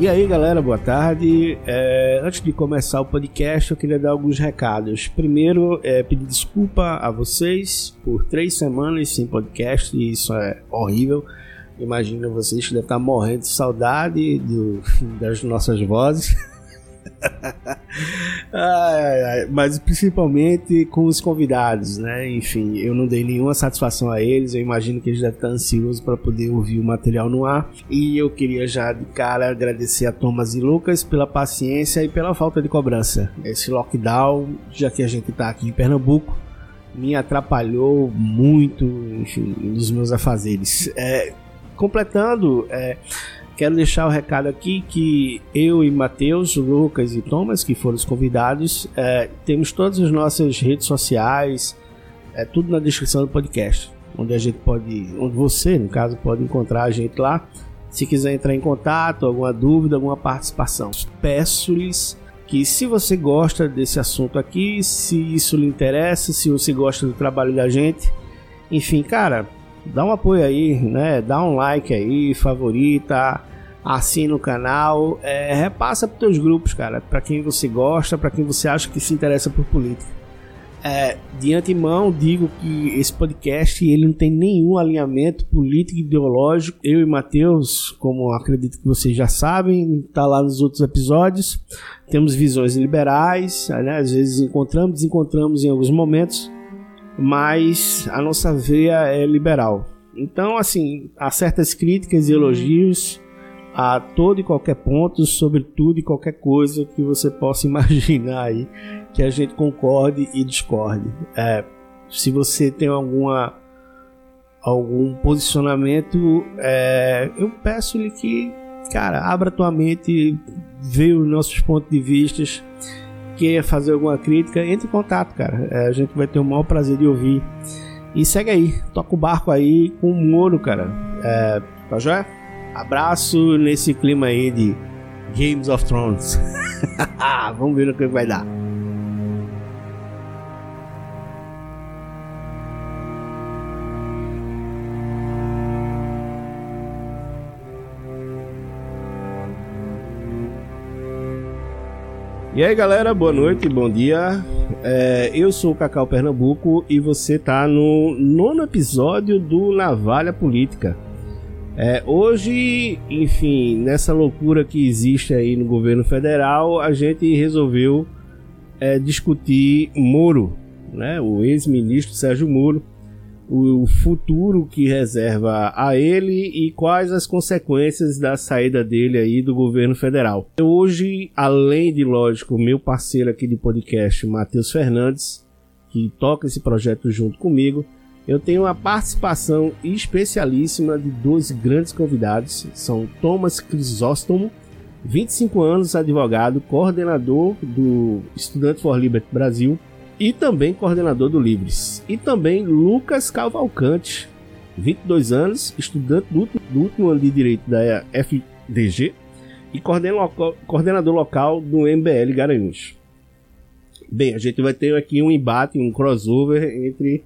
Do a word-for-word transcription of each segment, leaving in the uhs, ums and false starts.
E aí galera, boa tarde. É, antes de começar o podcast, eu queria dar alguns recados. Primeiro, é, pedir desculpa a vocês por três semanas sem podcast, e isso é horrível. Imagino vocês que devem estar morrendo de saudade do, das nossas vozes. ai, ai, mas principalmente com os convidados, né? Enfim, eu não dei nenhuma satisfação a eles. Eu imagino que eles devem estar ansiosos para poder ouvir o material no ar. E eu queria já de cara agradecer a Thomas e Lucas pela paciência e pela falta de cobrança. Esse lockdown, já que a gente está aqui em Pernambuco, me atrapalhou muito, enfim, nos meus afazeres. É, completando, é, quero deixar o recado aqui que eu e Matheus, Lucas e Thomas, que foram os convidados, é, temos todas as nossas redes sociais, é, tudo na descrição do podcast, onde a gente pode, onde você, no caso, pode encontrar a gente lá. Se quiser entrar em contato, alguma dúvida, alguma participação, peço-lhes que, se você gosta desse assunto aqui, se isso lhe interessa, se você gosta do trabalho da gente, enfim, cara, dá um apoio aí, né? Dá um like aí, favorita, assina o canal, é, repassa para os teus grupos, cara, para quem você gosta, para quem você acha que se interessa por política. É, de antemão digo que esse podcast ele não tem nenhum alinhamento político e ideológico. Eu e Matheus, como acredito que vocês já sabem, tá lá nos outros episódios, temos visões liberais, né? Às vezes encontramos, desencontramos em alguns momentos, mas a nossa veia é liberal. Então, assim, há certas críticas e elogios a todo e qualquer ponto, sobre tudo e qualquer coisa que você possa imaginar aí, que a gente concorde e discorde. É, se você tem alguma, algum posicionamento, é, eu peço-lhe que, cara, abra tua mente, vê os nossos pontos de vista, quer fazer alguma crítica, entre em contato, cara. É, a gente vai ter o maior prazer de ouvir. E segue aí, toca o barco aí com o Moro, cara. É, tá joia? Abraço nesse clima aí de Games of Thrones. Vamos ver no que vai dar. E aí galera, boa noite, bom dia. É, eu sou o Cacau Pernambuco e você tá no nono episódio do Navalha Política. É, hoje, enfim, nessa loucura que existe aí no governo federal, a gente resolveu é, discutir Moro, né? O ex-ministro Sérgio Moro, o futuro que reserva a ele e quais as consequências da saída dele aí do governo federal. Hoje, além de, lógico, meu parceiro aqui de podcast, Matheus Fernandes, que toca esse projeto junto comigo, eu tenho uma participação especialíssima de dois grandes convidados. São Thomas Crisóstomo, vinte e cinco anos, advogado, coordenador do Students for Liberty Brasil e também coordenador do Livres. E também Lucas Cavalcante, vinte e dois anos, estudante do, do último ano de Direito da F D G e coordenador local do M B L Garanhuns. Bem, a gente vai ter aqui um embate, um crossover entre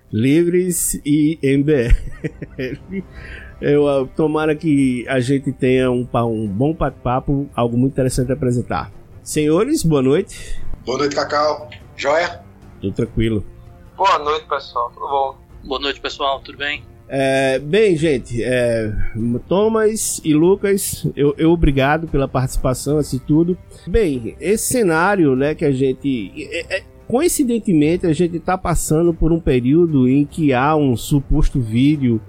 Livres e M B L. Eu tomara que a gente tenha um, um bom bate-papo, algo muito interessante a apresentar. Senhores, boa noite. Boa noite, Cacau. Joia? Tudo tranquilo. Boa noite, pessoal. Tudo bom? Boa noite, pessoal. Tudo bem? É, bem, gente, é, Thomas e Lucas, eu, eu obrigado pela participação, assim tudo. Bem, esse cenário, né, que a gente... É, é, coincidentemente, a gente está passando por um período em que há um suposto vídeo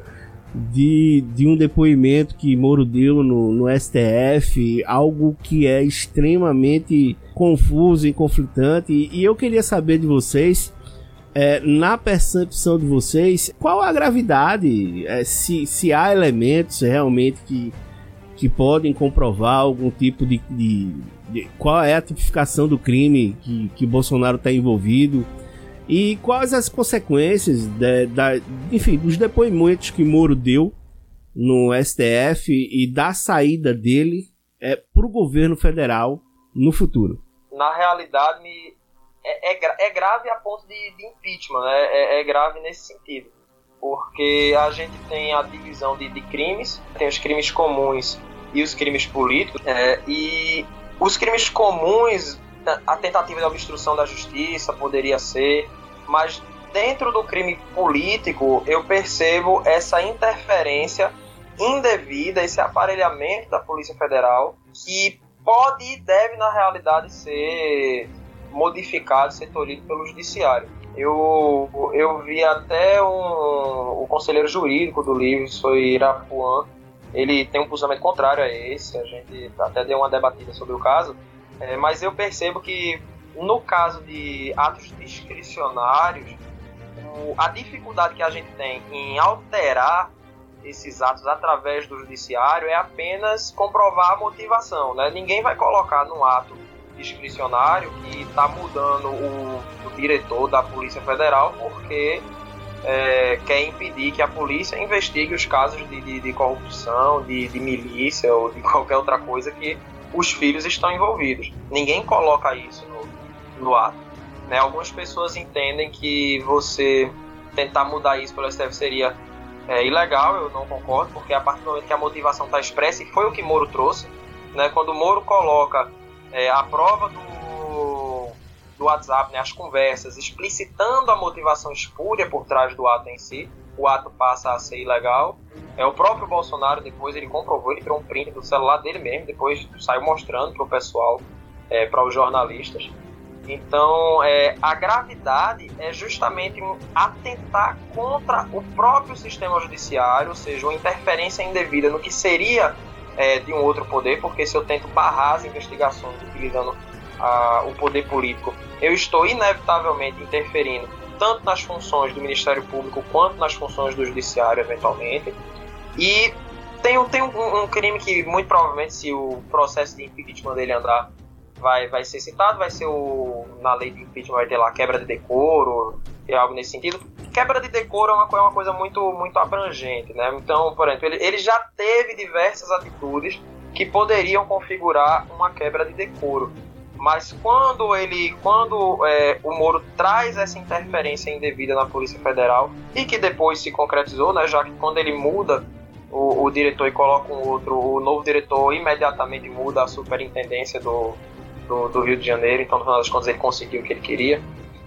de, de um depoimento que Moro deu no, no S T F, algo que é extremamente confuso e conflitante, e, e eu queria saber de vocês, é, na percepção de vocês, qual a gravidade, é, se, se há elementos realmente que, que podem comprovar algum tipo de, de, de qual é a tipificação do crime que, que Bolsonaro está envolvido, e quais as consequências de, da, enfim, dos depoimentos que Moro deu no S T F e da saída dele é, para o governo federal no futuro. Na realidade, é, é, é grave a ponto de, de impeachment, né? é, é grave nesse sentido, porque a gente tem a divisão de, de crimes, tem os crimes comuns e os crimes políticos. É, e os crimes comuns, a tentativa de obstrução da justiça poderia ser, mas dentro do crime político eu percebo essa interferência indevida, esse aparelhamento da Polícia Federal, que pode e deve, na realidade, ser modificado, ser tolhido pelo Judiciário. Eu, eu vi até um, o conselheiro jurídico do livro, isso foi Irapuã, ele tem um posicionamento contrário a esse, a gente até deu uma debatida sobre o caso, é, mas eu percebo que, no caso de atos discricionários, o, a dificuldade que a gente tem em alterar esses atos através do judiciário é apenas comprovar a motivação, né? Ninguém vai colocar num ato discricionário que está mudando o, o diretor da Polícia Federal porque é, quer impedir que a polícia investigue os casos de, de, de corrupção, de, de milícia ou de qualquer outra coisa que os filhos estão envolvidos. Ninguém coloca isso no, no ato, né? Algumas pessoas entendem que você tentar mudar isso pelo S T F seria É ilegal, eu não concordo, porque a partir do momento que a motivação está expressa, e foi o que Moro trouxe, né, quando o Moro coloca é, a prova do, do WhatsApp, né, as conversas, explicitando a motivação espúria por trás do ato em si, o ato passa a ser ilegal. É, o próprio Bolsonaro, depois, ele comprovou, ele tirou um print do celular dele mesmo, depois saiu mostrando para o pessoal, é, para os jornalistas. Então, é, a gravidade é justamente atentar contra o próprio sistema judiciário, ou seja, uma interferência indevida no que seria é, de um outro poder, porque se eu tento barrar as investigações utilizando a, o poder político, eu estou inevitavelmente interferindo tanto nas funções do Ministério Público quanto nas funções do Judiciário, eventualmente. E tem, tem um, um crime que, muito provavelmente, se o processo de impeachment dele andar, Vai, vai ser citado, vai ser o... Na lei de impeachment vai ter lá quebra de decoro, e algo nesse sentido. Quebra de decoro é uma, é uma coisa muito, muito abrangente, né? Então, por exemplo, ele, ele já teve diversas atitudes que poderiam configurar uma quebra de decoro. Mas quando ele, quando é, o Moro traz essa interferência indevida na Polícia Federal, e que depois se concretizou, né? Já que quando ele muda o, o diretor e coloca um outro, o novo diretor imediatamente muda a superintendência do Do, do Rio de Janeiro, então no final das contas ele conseguiu o que ele queria,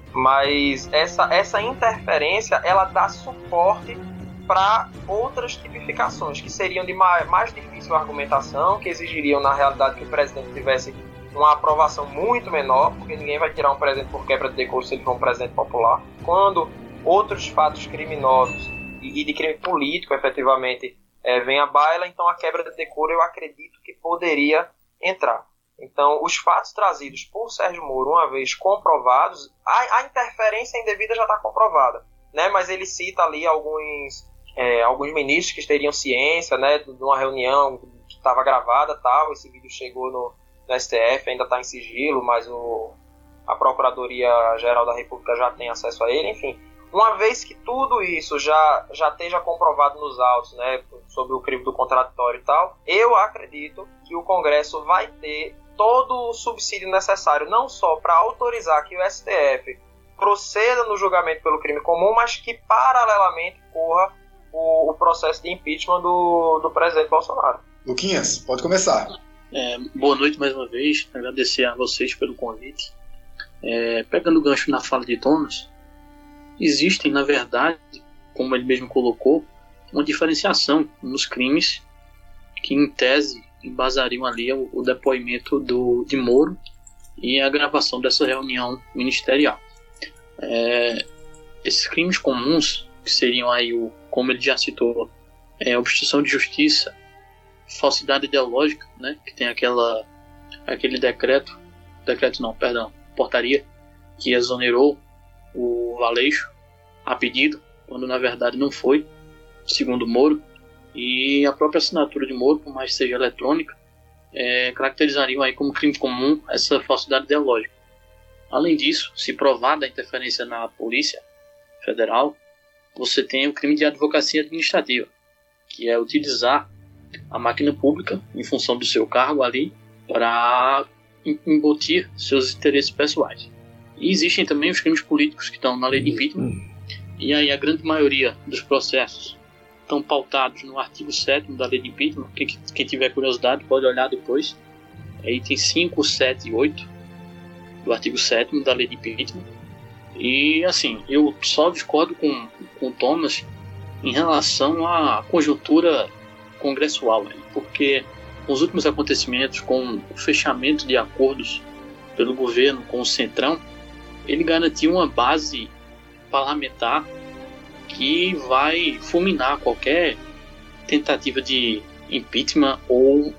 mas essa, essa interferência ela dá suporte para outras tipificações que seriam de mais, mais difícil argumentação, que exigiriam na realidade que o presidente tivesse uma aprovação muito menor, porque ninguém vai tirar um presidente por quebra de decoro se ele for um presidente popular. Quando outros fatos criminosos e, e de crime político efetivamente é, vem à baila, então a quebra de decoro eu acredito que poderia entrar. Então, os fatos trazidos por Sérgio Moro, uma vez comprovados, a, a interferência indevida já está comprovada, né? Mas ele cita ali alguns, é, alguns ministros que teriam ciência, né, de uma reunião que estava gravada, tal. Esse vídeo chegou no, no S T F, ainda está em sigilo, mas o, a Procuradoria-Geral da República já tem acesso a ele, enfim. Uma vez que tudo isso já, já esteja comprovado nos autos, né, sobre o crime do contraditório e tal, eu acredito que o Congresso vai ter todo o subsídio necessário, não só para autorizar que o S T F proceda no julgamento pelo crime comum, mas que paralelamente corra o, o processo de impeachment do, do presidente Bolsonaro. Luquinhas, pode começar. É, boa noite mais uma vez, agradecer a vocês pelo convite. É, pegando o gancho na fala de Thomas, existem, na verdade, como ele mesmo colocou, uma diferenciação nos crimes que, em tese, embasariam ali o, o depoimento do, de Moro e a gravação dessa reunião ministerial. É, esses crimes comuns, que seriam aí, o, como ele já citou, é, obstrução de justiça, falsidade ideológica, né, que tem aquela, aquele decreto, decreto não, perdão, portaria, que exonerou o Aleixo a pedido, quando na verdade não foi, segundo Moro, e a própria assinatura de Moro, por mais que seja eletrônica, é, caracterizariam aí como crime comum essa falsidade ideológica. Além disso, se provada a interferência na Polícia Federal, você tem o crime de advocacia administrativa, que é utilizar a máquina pública em função do seu cargo ali para embutir seus interesses pessoais. E existem também os crimes políticos que estão na lei de impeachment, e aí a grande maioria dos processos estão pautados no artigo sétimo da lei de impeachment. Quem, quem tiver curiosidade pode olhar depois. É item cinco, sete e oito do artigo sétimo da lei de impeachment. E assim, eu só discordo com, com o Thomas em relação à conjuntura congressual, né? Porque os últimos acontecimentos com o fechamento de acordos pelo governo com o Centrão, ele garantiu uma base parlamentar que vai fulminar qualquer tentativa de impeachment ou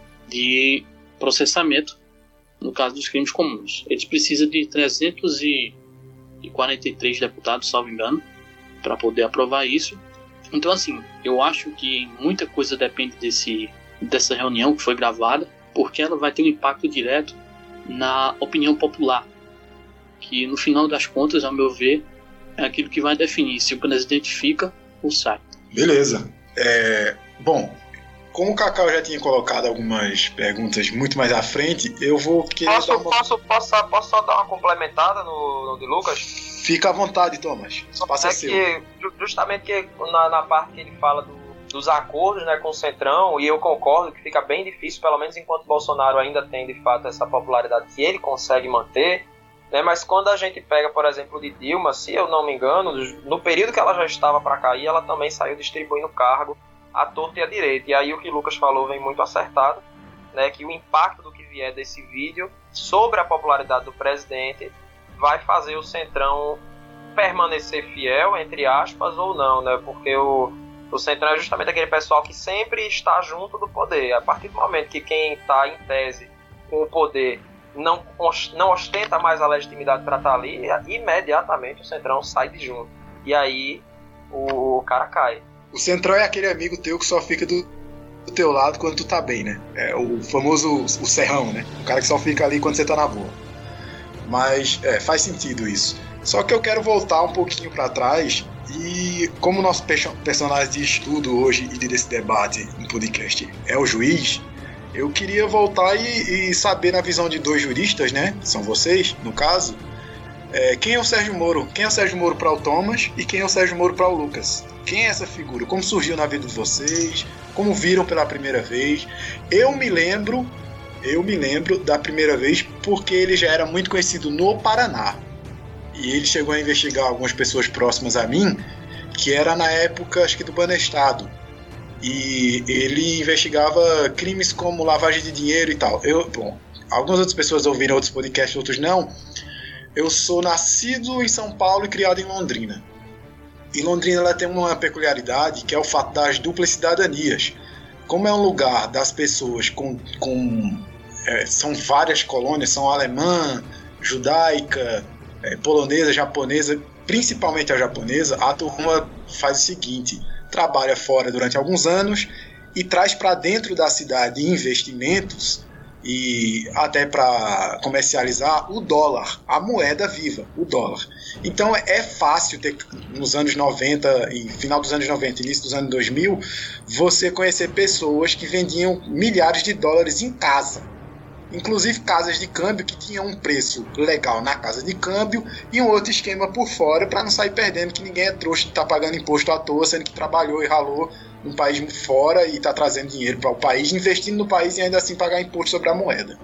de processamento no caso dos crimes comuns. Eles precisam de trezentos e quarenta e três deputados, salvo engano, para poder aprovar isso. Então, assim, eu acho que muita coisa depende desse, dessa reunião que foi gravada, porque ela vai ter um impacto direto na opinião popular, que no final das contas, ao meu ver, é aquilo que vai definir se o presidente fica ou sai. Beleza. É, bom, como o Cacau já tinha colocado algumas perguntas muito mais à frente, eu vou querer posso, dar uma... posso, posso, posso só dar uma complementada no, no de Lucas? Fica à vontade, Thomas. O espaço é, é seu. Que, justamente que na, na parte que ele fala do, dos acordos, né, com o Centrão, e eu concordo que fica bem difícil, pelo menos enquanto Bolsonaro ainda tem, de fato, essa popularidade que ele consegue manter, né, mas quando a gente pega, por exemplo, de Dilma, se eu não me engano, no período que ela já estava para cair, ela também saiu distribuindo cargo à torta e à direita. E aí o que o Lucas falou vem muito acertado, né, que o impacto do que vier desse vídeo sobre a popularidade do presidente vai fazer o Centrão permanecer fiel, entre aspas, ou não, né, porque o, o Centrão é justamente aquele pessoal que sempre está junto do poder. A partir do momento que quem está em tese com o poder não, não ostenta mais a legitimidade para estar ali, imediatamente o Centrão sai de junto. E aí o, o cara cai. O Centrão é aquele amigo teu que só fica do, do teu lado quando tu tá bem, né? É o famoso o serrão, né? O cara que só fica ali quando você tá na boa. Mas é, faz sentido isso. Só que eu quero voltar um pouquinho para trás e como o nosso personagem de estudo hoje e desse debate no podcast é o juiz, eu queria voltar e, e saber na visão de dois juristas, né? São vocês, no caso, é, quem é o Sérgio Moro? Quem é o Sérgio Moro para o Thomas e quem é o Sérgio Moro para o Lucas? Quem é essa figura? Como surgiu na vida de vocês? Como viram pela primeira vez? Eu me lembro, eu me lembro da primeira vez porque ele já era muito conhecido no Paraná. E ele chegou a investigar algumas pessoas próximas a mim, que era na época, acho que do Banestado. E ele investigava crimes como lavagem de dinheiro e tal. Eu, bom, algumas outras pessoas ouviram outros podcasts, outros não. Eu sou nascido em São Paulo e criado em Londrina. E Londrina ela tem uma peculiaridade, que é o fato das duplas cidadanias. Como é um lugar das pessoas com... com é, são várias colônias, são alemã, judaica, é, polonesa, japonesa, principalmente a japonesa, a turma faz o seguinte: trabalha fora durante alguns anos e traz para dentro da cidade investimentos e até para comercializar o dólar, a moeda viva, o dólar. Então é fácil ter, nos anos noventa e final dos anos noventa, início dos anos dois mil, você conhecer pessoas que vendiam milhares de dólares em casa. Inclusive casas de câmbio que tinham um preço legal na casa de câmbio e um outro esquema por fora para não sair perdendo, que ninguém é trouxa de estar tá pagando imposto à toa, sendo que trabalhou e ralou num país fora e está trazendo dinheiro para o país, investindo no país e ainda assim pagar imposto sobre a moeda.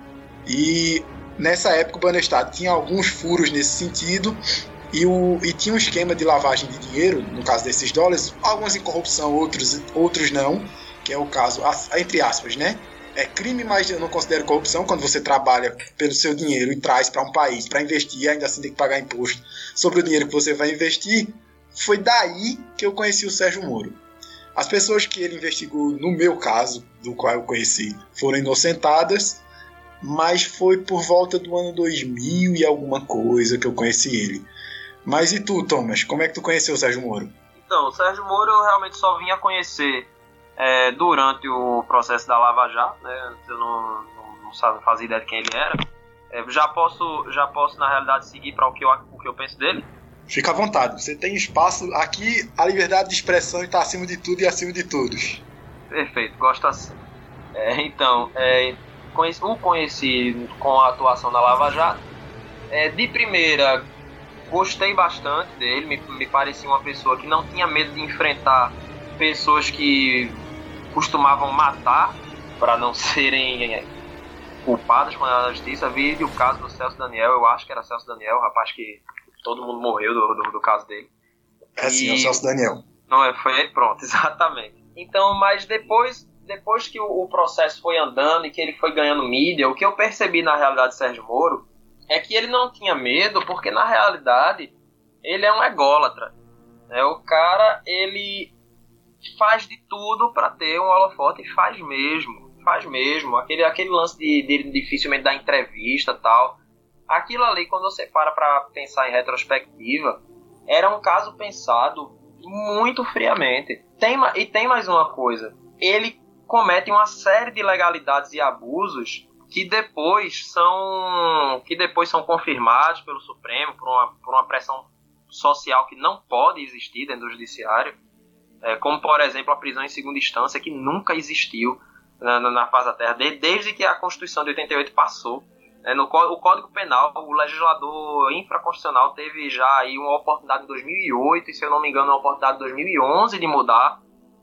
E nessa época o Banestado tinha alguns furos nesse sentido e, o, e tinha um esquema de lavagem de dinheiro, no caso desses dólares, alguns em corrupção, outros, outros não, que é o caso, entre aspas, né? É crime, mas eu não considero corrupção quando você trabalha pelo seu dinheiro e traz para um país para investir e ainda assim tem que pagar imposto sobre o dinheiro que você vai investir. Foi daí que eu conheci o Sérgio Moro. As pessoas que ele investigou, no meu caso, do qual eu conheci, foram inocentadas, mas foi por volta do ano dois mil e alguma coisa que eu conheci ele. Mas e tu, Thomas? Como é que tu conheceu o Sérgio Moro? Então, o Sérgio Moro eu realmente só vim a conhecer É, durante o processo da Lava Jato, né? Eu não, não, não fazia ideia de quem ele era. É, já, posso, já posso, na realidade, seguir para o, que eu, o que eu penso dele? Fica à vontade, você tem espaço aqui, a liberdade de expressão está acima de tudo e acima de todos. Perfeito, gosto assim. É, então, é, conheci, o conheci com a atuação da Lava Jato. É, de primeira, gostei bastante dele, me, me parecia uma pessoa que não tinha medo de enfrentar pessoas que costumavam matar para não serem culpadas condenadas à justiça. Vi o caso do Celso Daniel, eu acho que era Celso Daniel, o rapaz que todo mundo morreu do, do, do caso dele. É sim, é o Celso Daniel. Não, é, foi ele, pronto, exatamente. Então, mas depois, depois que o, o processo foi andando e que ele foi ganhando mídia, o que eu percebi na realidade de Sérgio Moro é que ele não tinha medo, porque na realidade ele é um ególatra. Né? O cara, ele faz de tudo para ter um holofote e faz mesmo, faz mesmo. Aquele, aquele lance de, de dificilmente dar entrevista e tal. Aquilo ali, quando você para para pensar em retrospectiva, era um caso pensado muito friamente. Tem, e tem mais uma coisa. Ele comete uma série de ilegalidades e abusos que depois são, que depois são confirmados pelo Supremo por uma, por uma pressão social que não pode existir dentro do judiciário. É, como, por exemplo, a prisão em segunda instância, que nunca existiu na, na face da Terra, de, desde que a Constituição de oitenta e oito passou. É, no o Código Penal, o legislador infraconstitucional teve já aí uma oportunidade em dois mil e oito, e se eu não me engano, uma oportunidade em dois mil e onze de mudar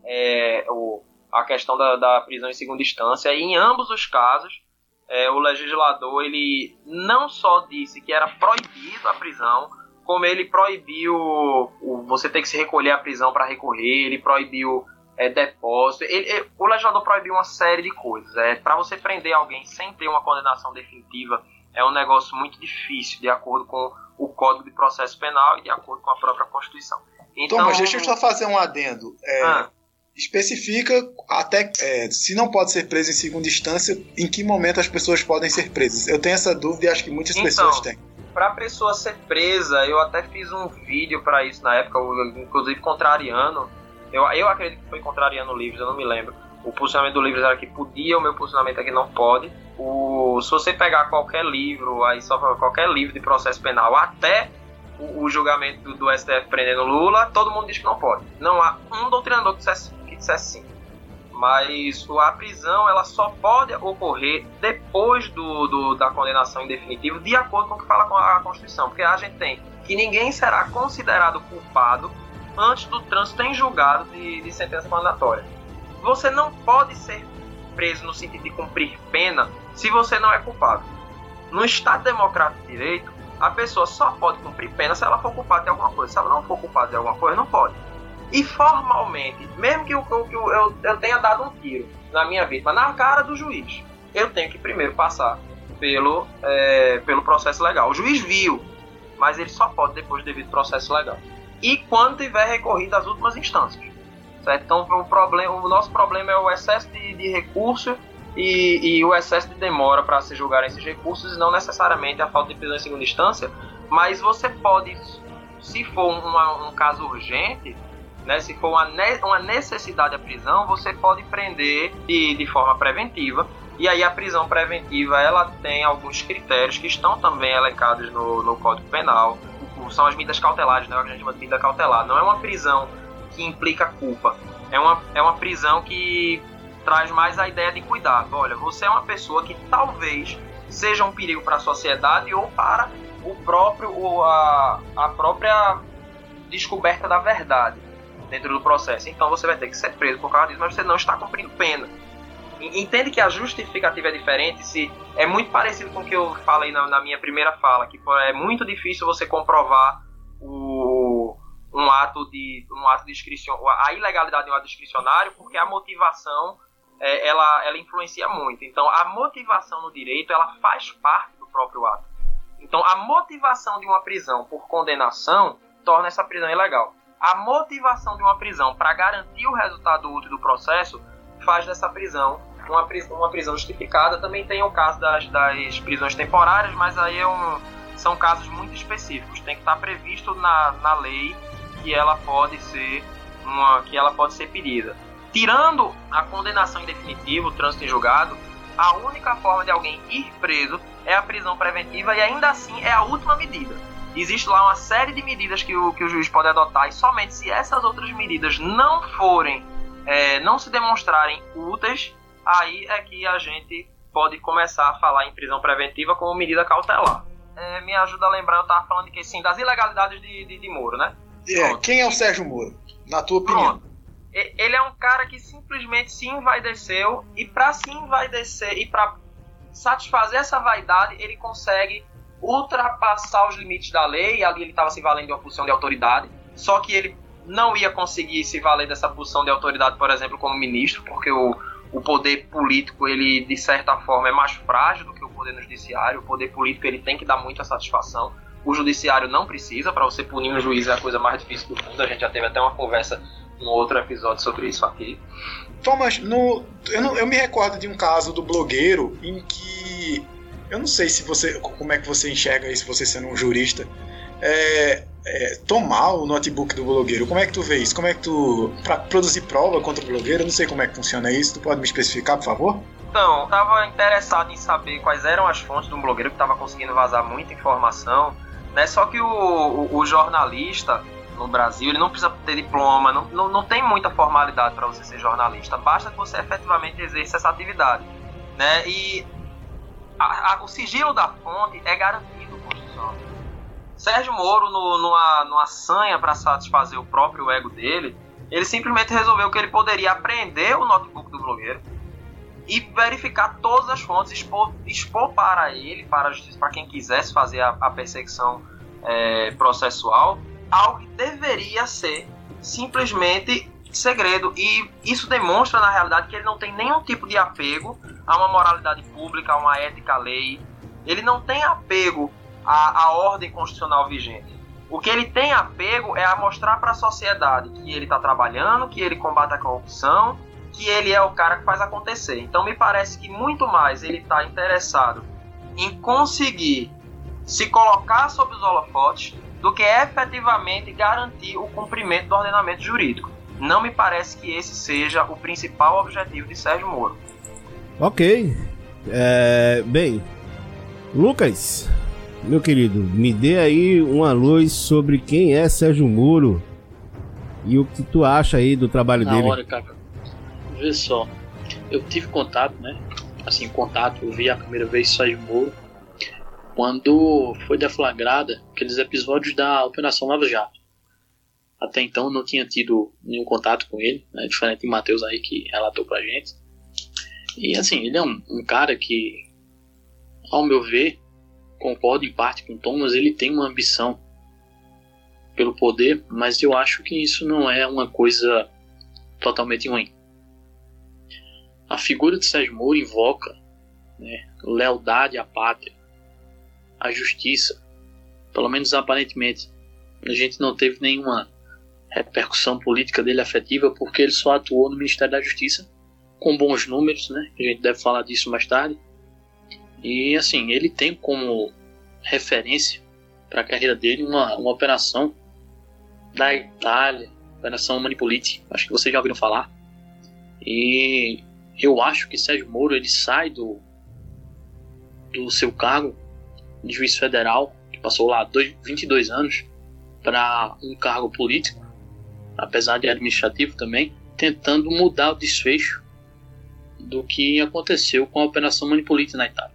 é, o, a questão da, da prisão em segunda instância. E em ambos os casos, é, o legislador ele não só disse que era proibido a prisão, como ele proibiu o, você ter que se recolher à prisão para recorrer, ele proibiu é, depósito, ele, ele, o legislador proibiu uma série de coisas. É, para você prender alguém sem ter uma condenação definitiva é um negócio muito difícil, de acordo com o Código de Processo Penal e de acordo com a própria Constituição. Então, Thomas, deixa eu só fazer um adendo. É, ah, especifica até é, se não pode ser preso em segunda instância, em que momento as pessoas podem ser presas. Eu tenho essa dúvida e acho que muitas então, pessoas têm. Para a pessoa ser presa, eu até fiz um vídeo para isso na época, inclusive contrariando. Eu, eu acredito que foi contrariando o Livres, eu não me lembro. O posicionamento do Livres era que podia, o meu posicionamento é que não pode. O, se você pegar qualquer livro, aí só qualquer livro de processo penal, até o, o julgamento do, do S T F prendendo Lula, todo mundo diz que não pode. Não há um doutrinador que dissesse, que dissesse sim. Mas a prisão ela só pode ocorrer depois do, do, da condenação em definitivo, de acordo com o que fala com a Constituição. Porque a gente tem que ninguém será considerado culpado antes do trânsito em julgado de, de sentença condenatória. Você não pode ser preso no sentido de cumprir pena se você não é culpado. No Estado Democrático de Direito, a pessoa só pode cumprir pena se ela for culpada de alguma coisa. Se ela não for culpada de alguma coisa, não pode. E formalmente, mesmo que eu, que eu, eu, eu tenha dado um tiro na minha vítima, na cara do juiz, eu tenho que primeiro passar pelo, é, pelo processo legal. O juiz viu, mas ele só pode depois do devido processo legal. E quando tiver recorrido às últimas instâncias. Certo? Então o, problema, o nosso problema é o excesso de, de recurso e, e o excesso de demora para se julgarem esses recursos, e não necessariamente a falta de prisão em segunda instância. Mas você pode, se for uma, um caso urgente, né, se for uma, ne- uma necessidade da prisão, você pode prender de, de forma preventiva. E aí a prisão preventiva ela tem alguns critérios que estão também elencados no, no Código Penal. São as medidas cautelares, né, o que a gente chama de medida cautelar. Não é uma prisão que implica culpa. É uma, é uma prisão que traz mais a ideia de cuidado. Olha, você é uma pessoa que talvez seja um perigo para a sociedade ou para o próprio, ou a, a própria descoberta da verdade dentro do processo. Então você vai ter que ser preso por causa disso, mas você não está cumprindo pena. Entende que a justificativa é diferente, se é muito parecido com o que eu falei na, na minha primeira fala, que é muito difícil você comprovar o, um ato de um ato discricionário, a ilegalidade de um ato discricionário, porque a motivação é, ela, ela influencia muito. Então a motivação no direito ela faz parte do próprio ato. Então a motivação de uma prisão por condenação torna essa prisão ilegal. A motivação de uma prisão para garantir o resultado útil do processo faz dessa prisão uma prisão, uma prisão justificada. Também tem o caso das, das prisões temporárias, mas aí é um, são casos muito específicos. Tem que estar previsto na, na lei que ela pode ser uma, que ela pode ser pedida. Tirando a condenação em definitivo, o trânsito em julgado, a única forma de alguém ir preso é a prisão preventiva, e ainda assim é a última medida. Existe lá uma série de medidas que o, que o juiz pode adotar, e somente se essas outras medidas não forem É, não se demonstrarem úteis, aí é que a gente pode começar a falar em prisão preventiva como medida cautelar. É, me ajuda a lembrar, eu estava falando de que sim, das ilegalidades de, de, de Moro, né? É, quem é o Sérgio Moro, na tua opinião? Pronto. ele é um cara que simplesmente se envaideceu, e para se envaidecer e para satisfazer essa vaidade, ele consegue ultrapassar os limites da lei. E ali ele estava se valendo de uma posição de autoridade, só que ele não ia conseguir se valer dessa posição de autoridade, por exemplo, como ministro, porque o, o poder político, ele de certa forma é mais frágil do que o poder no judiciário. O poder político, ele tem que dar muita satisfação. O judiciário não precisa. Para você punir um juiz é a coisa mais difícil do mundo. A gente já teve até uma conversa num outro episódio sobre isso aqui. Thomas, no, eu, não, eu me recordo de um caso do blogueiro em que, eu não sei se você, como é que você enxerga isso, você sendo um jurista, é, é, tomar o notebook do blogueiro. Como é que tu vê isso? Como é que tu, para produzir prova contra o blogueiro, eu não sei como é que funciona isso. Tu pode me especificar, por favor? Então, eu estava interessado em saber quais eram as fontes de um blogueiro que estava conseguindo vazar muita informação, né? Só que o, o, o jornalista no Brasil, ele não precisa ter diploma, não, não, não tem muita formalidade para você ser jornalista, basta que você efetivamente exerça essa atividade, né? E a, a, o sigilo da fonte é garantido constitucional. Sérgio Moro, no, numa, numa sanha para satisfazer o próprio ego dele, ele simplesmente resolveu que ele poderia apreender o notebook do blogueiro e verificar todas as fontes, expor, expor para ele, para a justiça, para quem quisesse fazer a, a perseguição é, processual, algo que deveria ser simplesmente segredo. E isso demonstra, na realidade, que ele não tem nenhum tipo de apego a uma moralidade pública, a uma ética à lei. Ele não tem apego à, à ordem constitucional vigente. O que ele tem apego é a mostrar para a sociedade que ele está trabalhando, que ele combate a corrupção, que ele é o cara que faz acontecer. Então me parece que muito mais ele está interessado em conseguir se colocar sob os holofotes do que efetivamente garantir o cumprimento do ordenamento jurídico. Não me parece que esse seja o principal objetivo de Sérgio Moro. Ok. É, bem, Lucas, meu querido, me dê aí uma luz sobre quem é Sérgio Moro e o que tu acha aí do trabalho Na dele. Na hora, cara. Vê só, eu tive contato, né? Assim, contato, eu vi a primeira vez Sérgio Moro quando foi deflagrada aqueles episódios da Operação Lava Jato. Até então não tinha tido nenhum contato com ele, né, diferente de Matheus aí que relatou pra gente. E assim, ele é um, um cara que, ao meu ver, concordo em parte com o Thomas, ele tem uma ambição pelo poder, mas eu acho que isso não é uma coisa totalmente ruim. A figura de Sérgio Moro invoca, né, lealdade à pátria, a justiça. Pelo menos aparentemente a gente não teve nenhuma repercussão política dele afetiva, porque ele só atuou no Ministério da Justiça com bons números, né? A gente deve falar disso mais tarde. E assim, ele tem como referência para a carreira dele uma, uma operação da Itália, Operação Manipulite, acho que vocês já ouviram falar. E eu acho que Sérgio Moro, ele sai do, do seu cargo de juiz federal, que passou lá dois, vinte e dois anos, para um cargo político, apesar de administrativo também, tentando mudar o desfecho do que aconteceu com a Operação Manipulite na Itália.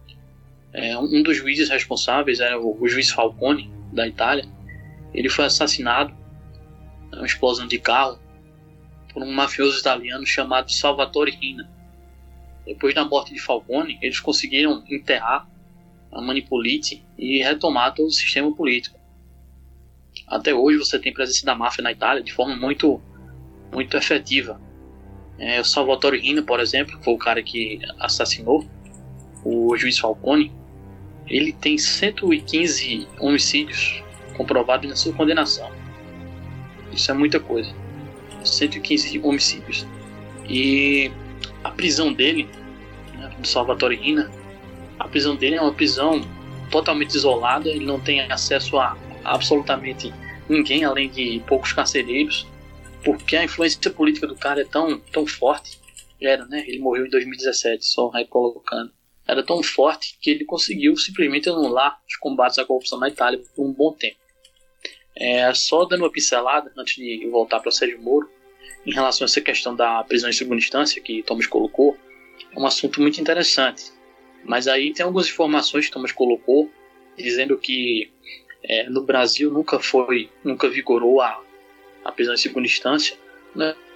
É, um dos juízes responsáveis era o, o juiz Falcone, da Itália. Ele foi assassinado numa explosão de carro por um mafioso italiano chamado Salvatore Riina. Depois da morte de Falcone, eles conseguiram enterrar a Manipulite e retomar todo o sistema político. Até hoje você tem presença da máfia na Itália de forma muito, muito efetiva. É, o Salvatore Riina, por exemplo, que foi o cara que assassinou o juiz Falcone, ele tem cento e quinze homicídios comprovados na sua condenação. Isso é muita coisa. cento e quinze homicídios. E a prisão dele, né, do Salvatore Riina, a prisão dele é uma prisão totalmente isolada, ele não tem acesso a absolutamente ninguém, além de poucos carcereiros, porque a influência política do cara é tão, tão forte, era, né, ele morreu em dois mil e dezessete, só recolocando, era tão forte que ele conseguiu simplesmente anular os combates à corrupção na Itália por um bom tempo. É, só dando uma pincelada, antes de voltar para Sérgio Moro, em relação a essa questão da prisão em segunda instância, que Thomas colocou, é um assunto muito interessante. Mas aí tem algumas informações que Thomas colocou, dizendo que é, no Brasil nunca foi, nunca vigorou a, a prisão em segunda instância. Não é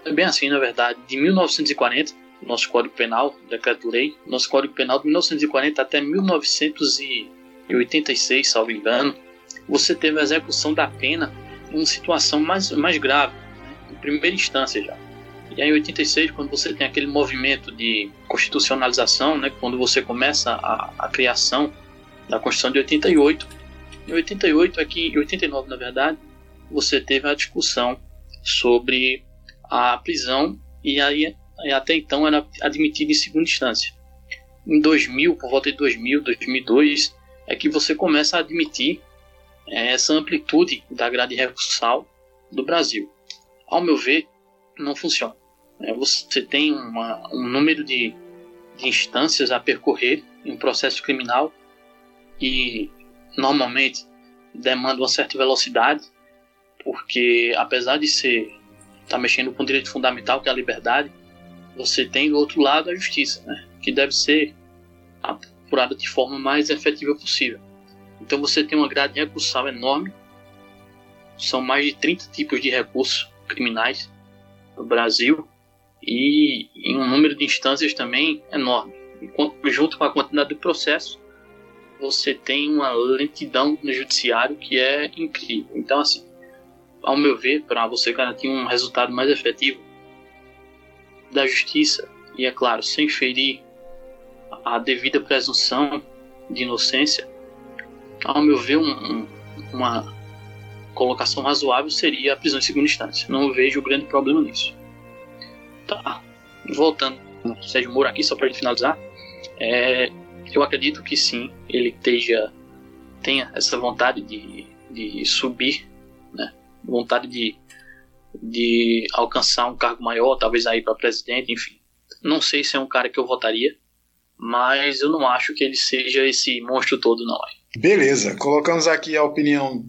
É bem assim, na verdade, de mil novecentos e quarenta, nosso Código Penal, Decreto-Lei, nosso Código Penal de mil novecentos e quarenta até mil novecentos e oitenta e seis, salvo engano, você teve a execução da pena em uma situação mais, mais grave, né, em primeira instância já. E aí em oitenta e seis, quando você tem aquele movimento de constitucionalização, né, quando você começa a, a criação da Constituição de oitenta e oito, em oitenta e oito, aqui, em oitenta e nove na verdade, você teve a discussão sobre a prisão e aí até então era admitida em segunda instância. Em dois mil, por volta de dois mil, dois mil e dois, é que você começa a admitir é, essa amplitude da grade recursal do Brasil. Ao meu ver, não funciona. É, você tem uma, um número de, de instâncias a percorrer em um processo criminal e normalmente demanda uma certa velocidade, porque apesar de ser tá mexendo com um direito fundamental, que é a liberdade, você tem do outro lado a justiça, né, que deve ser apurada de forma mais efetiva possível. Então você tem uma grade recursal enorme, são mais de trinta tipos de recursos criminais no Brasil e em um número de instâncias também enorme. E, junto com a quantidade do processo, você tem uma lentidão no judiciário que é incrível. Então, assim, ao meu ver, para você garantir um resultado mais efetivo da justiça, e é claro, sem ferir a devida presunção de inocência, ao meu ver, um, um, uma colocação razoável seria a prisão em segunda instância. Não vejo grande problema nisso. Tá. Voltando ao Sérgio Moro aqui, só para finalizar, é, eu acredito que sim, ele esteja, tenha essa vontade de, de subir, né? Vontade de, de alcançar um cargo maior, talvez aí para presidente, enfim. Não sei se é um cara que eu votaria, mas eu não acho que ele seja esse monstro todo, não. Beleza, colocamos aqui a opinião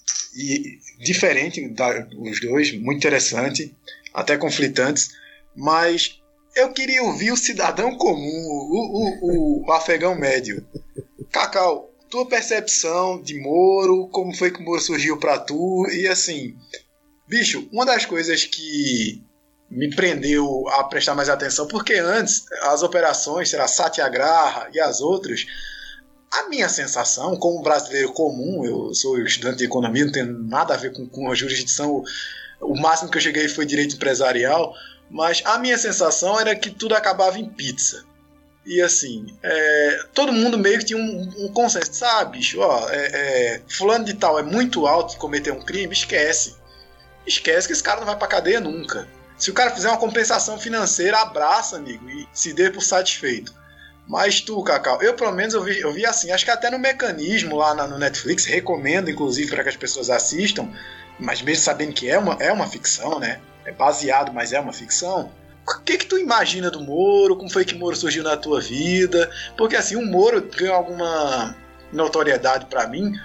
diferente dos dois, muito interessante, até conflitantes, mas eu queria ouvir o cidadão comum, o, o, o afegão médio. Cacau, tua percepção de Moro, como foi que o Moro surgiu pra tu, e assim, bicho, uma das coisas que me prendeu a prestar mais atenção, porque antes, as operações, será Satyagraha e as outras, a minha sensação, como brasileiro comum, eu sou estudante de economia, não tenho nada a ver com, com a jurisdição, o máximo que eu cheguei foi direito empresarial, mas a minha sensação era que tudo acabava em pizza. E assim, é, todo mundo meio que tinha um, um consenso, sabe, bicho, ó, é, é, fulano de tal é muito alto e cometeu um crime, esquece. Esquece que esse cara não vai pra cadeia nunca. Se o cara fizer uma compensação financeira, abraça, amigo, e se dê por satisfeito. Mas tu, Cacau, eu pelo menos eu vi, eu vi assim, acho que até no Mecanismo lá na, no Netflix, recomendo inclusive para que as pessoas assistam, mas mesmo sabendo que é uma, é uma ficção, né? É baseado, mas é uma ficção. O que que tu imagina do Moro? Como foi que Moro surgiu na tua vida? Porque assim, o Moro ganhou alguma notoriedade para mim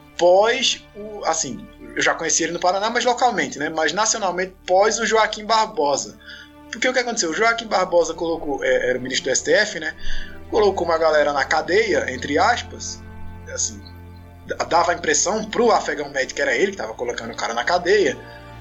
pós o, assim, eu já conheci ele no Paraná, mas localmente, né? Mas nacionalmente pós o Joaquim Barbosa. Porque o que aconteceu? O Joaquim Barbosa colocou, é, era o ministro do S T F, né? Colocou uma galera na cadeia, entre aspas, assim, dava a impressão pro afegão médio que era ele que estava colocando o cara na cadeia,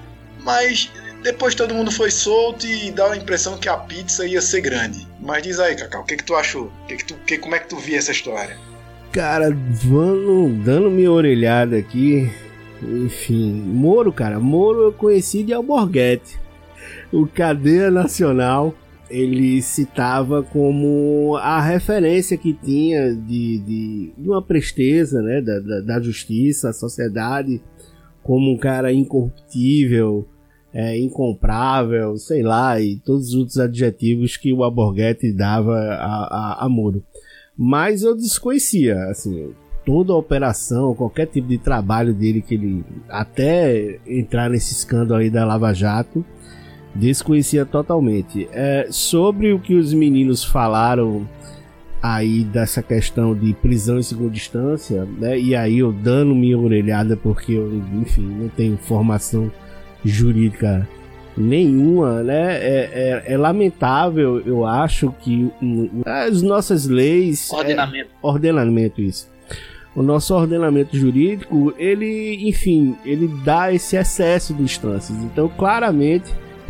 mas depois todo mundo foi solto e dá a impressão que a pizza ia ser grande. Mas diz aí, Cacau, o que que tu achou? Que que tu, que, como é que tu via essa história? Cara, vando, dando minha orelhada aqui, enfim, Moro, cara, Moro eu conheci de Alborguete. O Cadeia Nacional, ele citava como a referência que tinha de, de, de uma presteza, né, da, da, da justiça, a sociedade, como um cara incorruptível, é, incomprável, sei lá, e todos os outros adjetivos que o Alborguete dava a, a, a Moro. Mas eu desconhecia, assim, toda a operação, qualquer tipo de trabalho dele, que ele, até entrar nesse escândalo aí da Lava Jato, desconhecia totalmente. É, sobre o que os meninos falaram aí dessa questão de prisão em segunda instância, né, e aí eu dando minha orelhada porque eu, enfim, não tenho formação jurídica nenhuma, né, é, é, é lamentável, eu acho que um, as nossas leis... Ordenamento. É, ordenamento, isso. O nosso ordenamento jurídico, ele, enfim, ele dá esse excesso de instâncias. Então, claramente,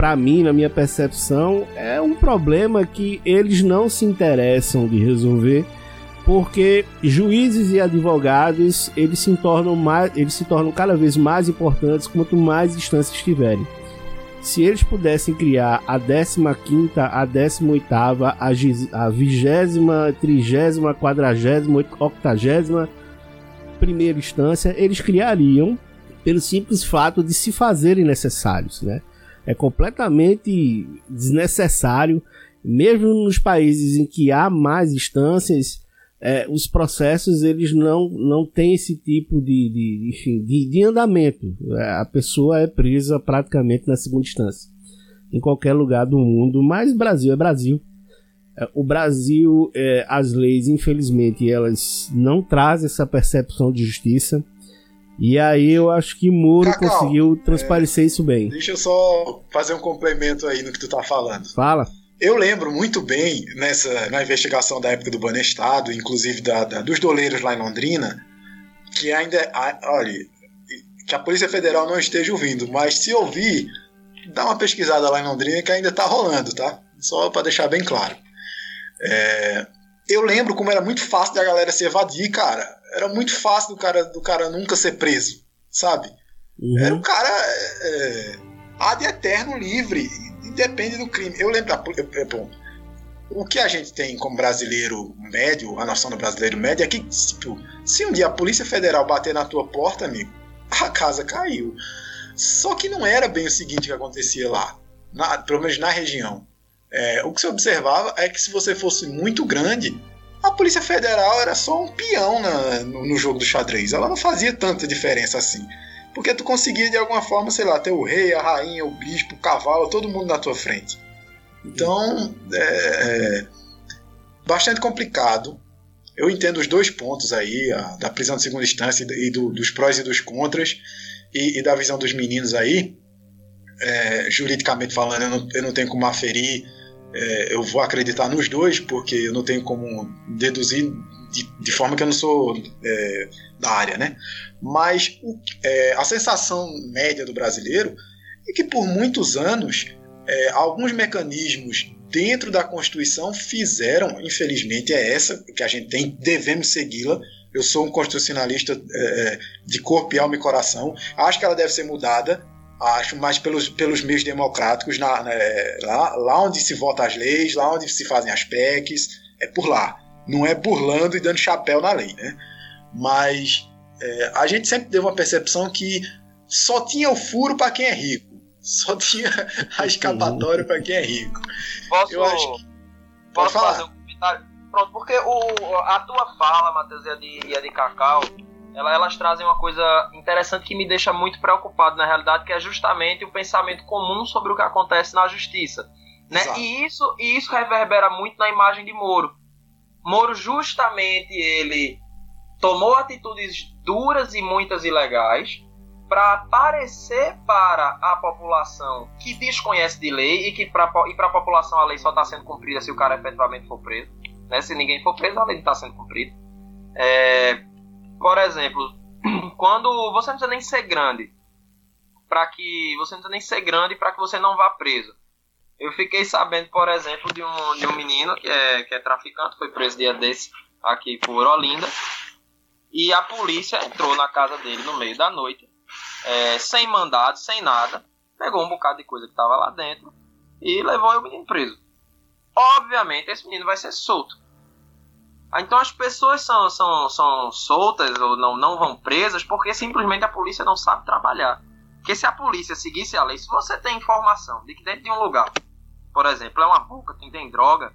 para mim, na minha percepção, é um problema que eles não se interessam de resolver, porque juízes e advogados, eles se tornam mais, eles se tornam cada vez mais importantes quanto mais instâncias tiverem. Se eles pudessem criar a décima quinta, a décima oitava, a vigésima, trigésima, quadragésima, octagésima primeira instância, eles criariam pelo simples fato de se fazerem necessários, né? É completamente desnecessário, mesmo nos países em que há mais instâncias, é, os processos eles não, não têm esse tipo de, de, enfim, de, de andamento. A pessoa é presa praticamente na segunda instância, em qualquer lugar do mundo, mas Brasil é Brasil. O Brasil, é, as leis, infelizmente, elas não trazem essa percepção de justiça. E aí eu acho que Moro Cacau, conseguiu transparecer é, isso bem. Deixa eu só fazer um complemento aí no que tu tá falando. Fala. Eu lembro muito bem, nessa, na investigação da época do Banestado, inclusive da, da, dos doleiros lá em Londrina, que ainda, a, olha, que a Polícia Federal não esteja ouvindo, mas se ouvir, dá uma pesquisada lá em Londrina que ainda tá rolando, tá? Só para deixar bem claro. É, eu lembro como era muito fácil da galera se evadir, cara. Era muito fácil do cara, do cara nunca ser preso, sabe? Uhum. Era o cara é, ad eterno livre, independe do crime. Eu lembro, da, bom, o que a gente tem como brasileiro médio, a noção do brasileiro médio é que tipo, se um dia a Polícia Federal bater na tua porta, amigo, a casa caiu. Só que não era bem o seguinte que acontecia lá, na, pelo menos na região. É, o que se observava é que se você fosse muito grande, a Polícia Federal era só um peão na, no, no jogo do xadrez. Ela não fazia tanta diferença assim. Porque tu conseguia de alguma forma, sei lá, ter o rei, a rainha, o bispo, o cavalo, todo mundo na tua frente. Então, é, é bastante complicado. Eu entendo os dois pontos aí, a, da prisão de segunda instância e do, dos prós e dos contras, e, e da visão dos meninos aí. É, juridicamente falando, eu não, eu não tenho como aferir. É, eu vou acreditar nos dois, porque eu não tenho como deduzir de, de forma que eu não sou é, da área, né? Mas o, é, a sensação média do brasileiro é que por muitos anos é, alguns mecanismos dentro da Constituição fizeram, infelizmente é essa que a gente tem, devemos segui-la. Eu sou um constitucionalista é, de corpo e alma e coração, acho que ela deve ser mudada. Acho, mas pelos, pelos meios democráticos, na, na, lá, lá onde se vota as leis, lá onde se fazem as P E Cs, é por lá. Não é burlando e dando chapéu na lei, né? Mas é, a gente sempre teve uma percepção que só tinha o furo para quem é rico. Só tinha a escapatória para quem é rico. Posso, Eu acho que... posso fazer um comentário? Pronto, porque o, a tua fala, Matheus, e a de, e a de Cacau, Ela, elas trazem uma coisa interessante que me deixa muito preocupado na realidade, que é justamente o pensamento comum sobre o que acontece na justiça, né? E isso, e isso reverbera muito na imagem de Moro. Moro justamente ele tomou atitudes duras e muitas ilegais para aparecer para a população que desconhece de lei e que para a população a lei só está sendo cumprida se o cara efetivamente for preso, né? Se ninguém for preso, a lei está sendo cumprida. É... Por exemplo, quando você não precisa nem ser grande para que você não precisa nem ser grande para que você não vá preso. Eu fiquei sabendo, por exemplo, de um, de um menino que é, que é traficante, foi preso dia desse aqui por Olinda, e a polícia entrou na casa dele no meio da noite, é, sem mandado, sem nada, pegou um bocado de coisa que estava lá dentro e levou o menino preso. Obviamente, esse menino vai ser solto. Então as pessoas são, são, são soltas ou não, não vão presas porque simplesmente a polícia não sabe trabalhar. Porque se a polícia seguisse a lei, se você tem informação de que dentro de um lugar, por exemplo, é uma boca que tem droga,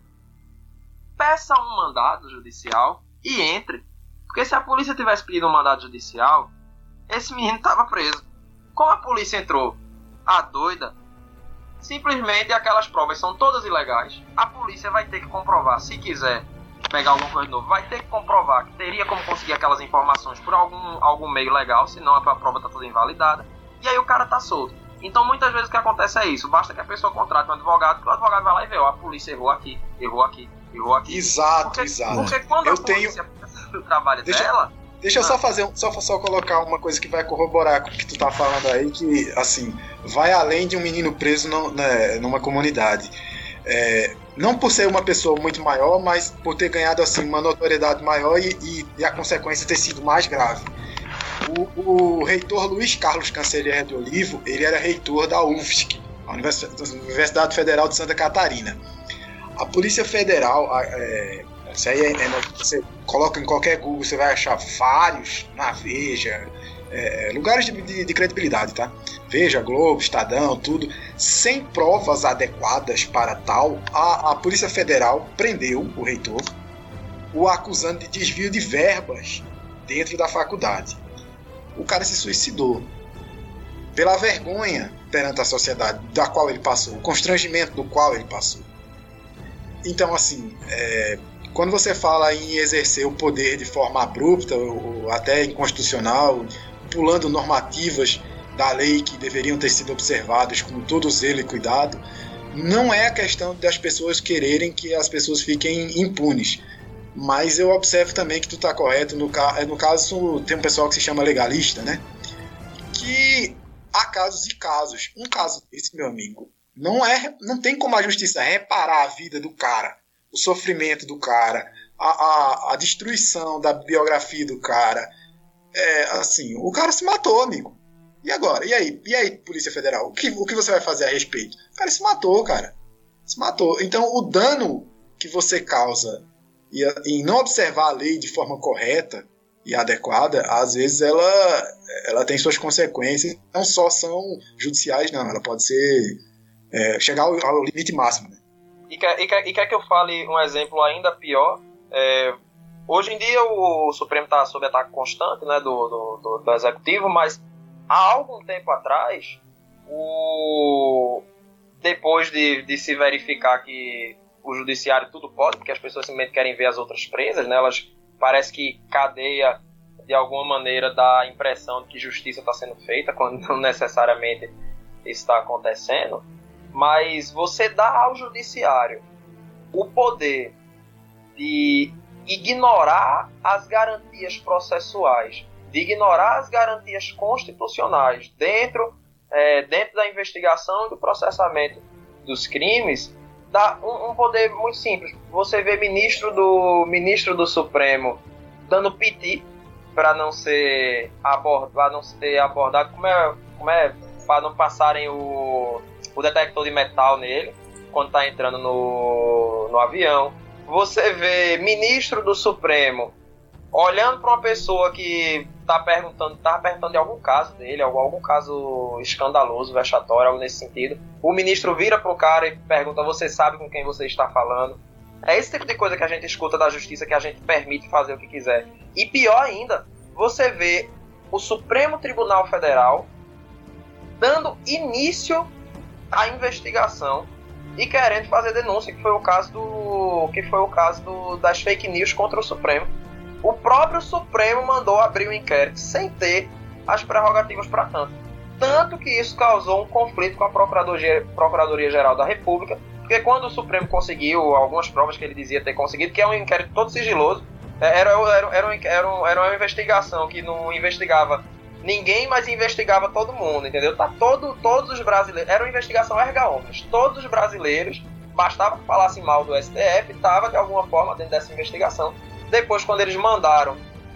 peça um mandado judicial e entre. Porque se a polícia tivesse pedido um mandado judicial, esse menino estava preso. Como a polícia entrou a doida, simplesmente aquelas provas são todas ilegais, a polícia vai ter que comprovar, se quiser pegar alguma coisa de novo, vai ter que comprovar que teria como conseguir aquelas informações por algum, algum meio legal, senão a prova está toda invalidada, e aí o cara tá solto. Então muitas vezes o que acontece é isso, basta que a pessoa contrate um advogado, que o advogado vai lá e vê, ó, a polícia errou aqui, errou aqui, errou aqui. Exato, porque, exato. Porque quando Eu a polícia tenho... faz o trabalho Deixa... dela, Deixa eu só fazer, um, só, só colocar uma coisa que vai corroborar com o que tu tá falando aí, que, assim, vai além de um menino preso no, né, numa comunidade. É, não por ser uma pessoa muito maior, mas por ter ganhado, assim, uma notoriedade maior e, e, e a consequência ter sido mais grave. O, o reitor Luiz Carlos Cancelheira de Olivo, ele era reitor da U F S C, a Universidade Federal de Santa Catarina. A Polícia Federal, é, isso aí é, é, você coloca em qualquer Google, você vai achar vários, na Veja, é, lugares de, de, de credibilidade, tá? Veja, Globo, Estadão, tudo. Sem provas adequadas para tal, a, a Polícia Federal prendeu o reitor, o acusando de desvio de verbas dentro da faculdade. O cara se suicidou pela vergonha perante a sociedade da qual ele passou, o constrangimento do qual ele passou. Então, assim, é, quando você fala em exercer o poder de forma abrupta ou, ou até inconstitucional, pulando normativas da lei que deveriam ter sido observadas com todo zelo e cuidado, não é a questão das pessoas quererem que as pessoas fiquem impunes. Mas eu observo também que tu tá correto, no, no caso tem um pessoal que se chama legalista, né? Que há casos e casos. Um caso desse, meu amigo, não, é, não tem como a justiça reparar a vida do cara, o sofrimento do cara, a, a, a destruição da biografia do cara. É, assim, o cara se matou, amigo. E agora? E aí? E aí, Polícia Federal? O que, o que você vai fazer a respeito? O cara se matou, cara. Se matou. Então, o dano que você causa e em não observar a lei de forma correta e adequada, às vezes ela, ela tem suas consequências, não só são judiciais, não, ela pode ser é, chegar ao, ao limite máximo, né? E quer, e, quer, e quer que eu fale um exemplo ainda pior? É, hoje em dia o Supremo está sob ataque constante, né, do, do, do, do Executivo, mas há algum tempo atrás, o, depois de, de se verificar que o judiciário tudo pode, porque as pessoas simplesmente querem ver as outras presas, né? Elas parece que cadeia de alguma maneira dá a impressão de que justiça está sendo feita quando não necessariamente está acontecendo. Mas você dá ao judiciário o poder de ignorar as garantias processuais, de ignorar as garantias constitucionais dentro, é, dentro da investigação e do processamento dos crimes. Dá um, um poder muito simples. Você vê ministro do, ministro do Supremo dando piti para não ser abordado, não ser abordado como é, como é para não passarem o, o detector de metal nele quando está entrando no, no avião. Você vê ministro do Supremo olhando para uma pessoa que está perguntando, tá perguntando de algum caso dele, algum, algum caso escandaloso, vexatório, algo nesse sentido. O ministro vira pro cara e pergunta: você sabe com quem você está falando? É esse tipo de coisa que a gente escuta da justiça, que a gente permite fazer o que quiser. E pior ainda, você vê o Supremo Tribunal Federal dando início à investigação e querendo fazer denúncia, que foi o caso do, que foi o caso do, das fake news contra o Supremo. O próprio Supremo mandou abrir um inquérito sem ter as prerrogativas para tanto. Tanto que isso causou um conflito com a Procuradoria, Procuradoria-Geral da República, porque quando o Supremo conseguiu algumas provas que ele dizia ter conseguido, que é um inquérito todo sigiloso, era, era, era, um, era, um, era uma investigação que não investigava ninguém, mas investigava todo mundo, entendeu? Tá todo, todos os brasileiros, era uma investigação erga omnes, todos os brasileiros, bastava que falassem mal do S T F, estava de alguma forma dentro dessa investigação. Depois, quando eles mandaram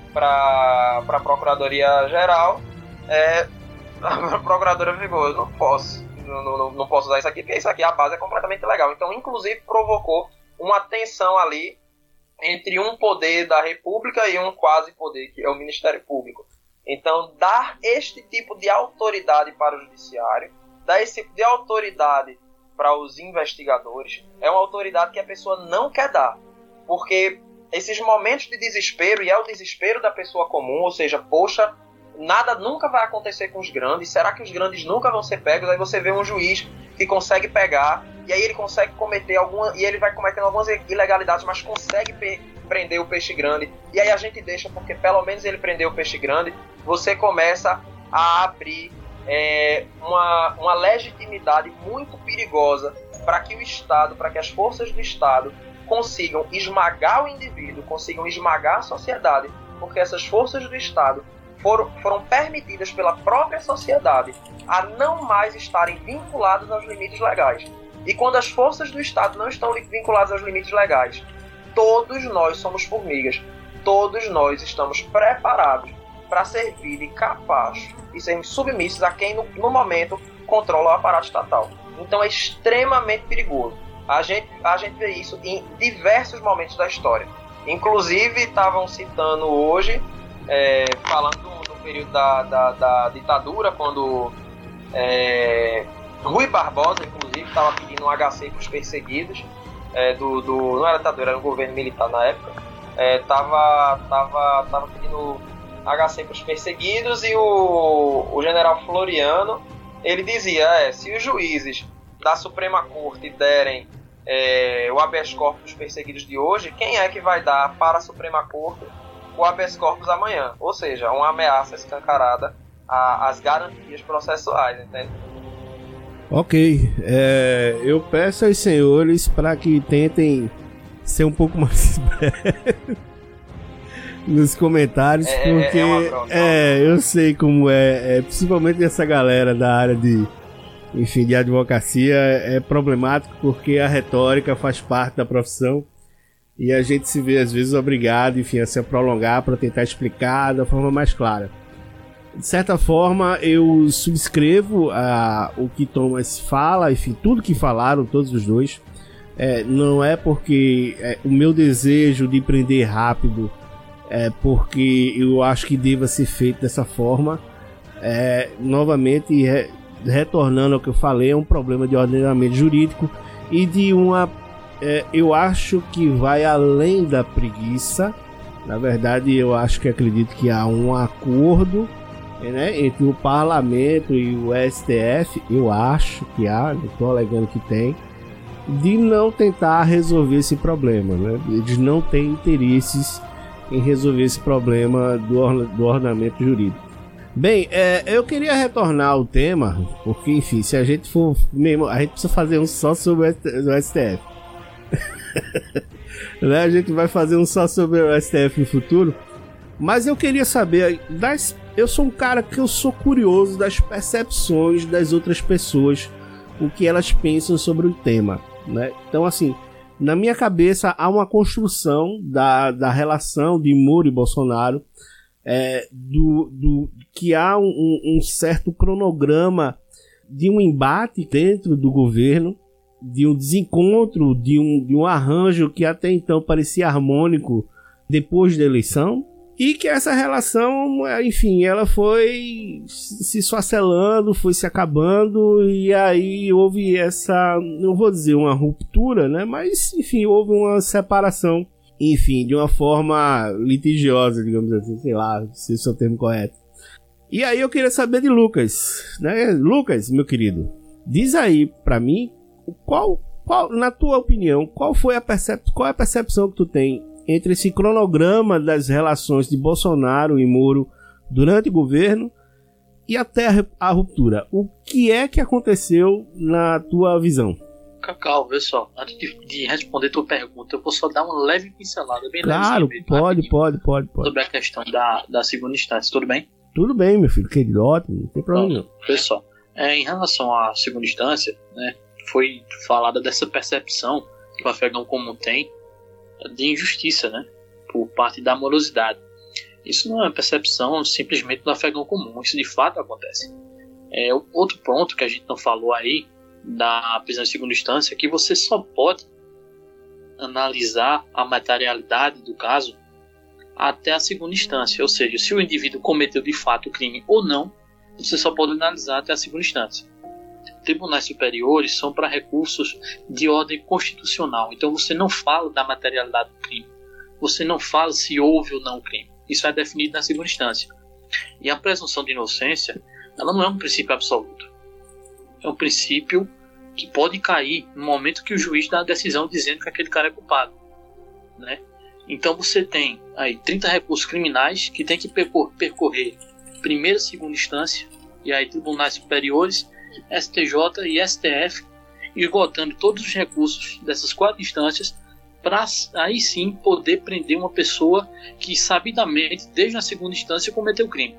para a Procuradoria-Geral, é, a Procuradora ficou: eu não posso, não, não, não posso usar isso aqui, porque isso aqui, a base é completamente ilegal. Então, inclusive, provocou uma tensão ali entre um poder da República e um quase-poder, que é o Ministério Público. Então, dar este tipo de autoridade para o Judiciário, dar esse tipo de autoridade para os investigadores, é uma autoridade que a pessoa não quer dar, porque esses momentos de desespero, e é o desespero da pessoa comum, ou seja, poxa, nada nunca vai acontecer com os grandes, será que os grandes nunca vão ser pegos? Aí você vê um juiz que consegue pegar, e aí ele consegue cometer alguma, e ele vai cometendo algumas ilegalidades, mas consegue pe- prender o peixe grande, e aí a gente deixa, porque pelo menos ele prendeu o peixe grande. Você começa a abrir é, uma, uma legitimidade muito perigosa para que o Estado, para que as forças do Estado consigam esmagar o indivíduo, consigam esmagar a sociedade, porque essas forças do Estado foram, foram permitidas pela própria sociedade a não mais estarem vinculadas aos limites legais. E quando as forças do Estado não estão vinculadas aos limites legais, todos nós somos formigas, todos nós estamos preparados para servir de capaz e sermos submissos a quem no, no momento controla o aparato estatal. Então é extremamente perigoso. A gente, a gente vê isso em diversos momentos da história. Inclusive, estavam citando hoje, é, falando do, do período da, da, da ditadura, quando é, Rui Barbosa, inclusive, estava pedindo um H C para os perseguidos, é, do, do, não era ditadura, era um governo militar na época, estava é, tava, tava pedindo H C para os perseguidos, e o, o general Floriano, ele dizia, é, se os juízes da Suprema Corte derem é, o habeas corpus dos perseguidos de hoje, quem é que vai dar para a Suprema Corte o habeas corpus amanhã? Ou seja, uma ameaça escancarada às garantias processuais, entende? Ok, é, eu peço aos senhores para que tentem ser um pouco mais breves nos comentários, é, porque é, é, eu sei como é, é, principalmente essa galera da área de, enfim, de advocacia, é problemático porque a retórica faz parte da profissão e a gente se vê às vezes obrigado, enfim, a se prolongar para tentar explicar da forma mais clara. De certa forma, eu subscrevo a, o que Thomas fala, enfim, tudo que falaram, todos os dois. É, não é porque é, o meu desejo de prender rápido é porque eu acho que deva ser feito dessa forma. É, novamente, re, retornando ao que eu falei, é um problema de ordenamento jurídico e de uma... É, eu acho que vai além da preguiça. Na verdade, eu acho que acredito que há um acordo, né, entre o parlamento e o S T F. Eu acho que há, não estou alegando que tem, de não tentar resolver esse problema, né? Eles não têm interesses em resolver esse problema do, or do ordenamento jurídico. Bem, é, eu queria retornar ao tema, porque, enfim, se a gente for mesmo, a gente precisa fazer um só sobre o S T F. Né? A gente vai fazer um só sobre o S T F no futuro. Mas eu queria saber das, eu sou um cara que eu sou curioso das percepções das outras pessoas, o que elas pensam sobre o tema, né? Então, assim, na minha cabeça há uma construção da, da relação de Moro e Bolsonaro, é, do, do, que há um, um certo cronograma de um embate dentro do governo, de um desencontro, de um, de um arranjo que até então parecia harmônico depois da eleição, e que essa relação, enfim, ela foi se esfacelando, foi se acabando, e aí houve essa, não vou dizer uma ruptura, né, mas enfim, houve uma separação, enfim, de uma forma litigiosa, digamos assim, sei lá se esse é o termo correto. E aí eu queria saber de Lucas, né? Lucas, meu querido, diz aí pra mim, qual, qual, na tua opinião, qual foi a percep- qual é a percepção que tu tem entre esse cronograma das relações de Bolsonaro e Moro durante o governo e até a, a ruptura? O que é que aconteceu na tua visão? Cacau, vê só, antes de, de responder tua pergunta, eu vou só dar uma leve pincelada, bem claro, leve. Pode, pode, pode, pode. Sobre a questão da, da segunda instância, tudo bem? Tudo bem, meu filho, querido, ótimo, não tem problema não. Vê só, é, em relação à segunda instância, né, foi falada dessa percepção que o afegão comum tem de injustiça, né, por parte da morosidade. Isso não é uma percepção simplesmente do afegão comum, isso de fato acontece. É, outro ponto que a gente não falou aí da prisão em segunda instância é que você só pode analisar a materialidade do caso até a segunda instância, ou seja, se o indivíduo cometeu de fato o crime ou não, você só pode analisar até a segunda instância. Tribunais superiores são para recursos de ordem constitucional, então você não fala da materialidade do crime, você não fala se houve ou não o crime, isso é definido na segunda instância. E a presunção de inocência, ela não é um princípio absoluto, é um princípio que pode cair no momento que o juiz dá a decisão dizendo que aquele cara é culpado, né? Então você tem aí trinta recursos criminais que tem que percorrer primeira e segunda instância, e aí tribunais superiores, S T J e S T F, esgotando todos os recursos dessas quatro instâncias para aí sim poder prender uma pessoa que sabidamente, desde a segunda instância, cometeu crime.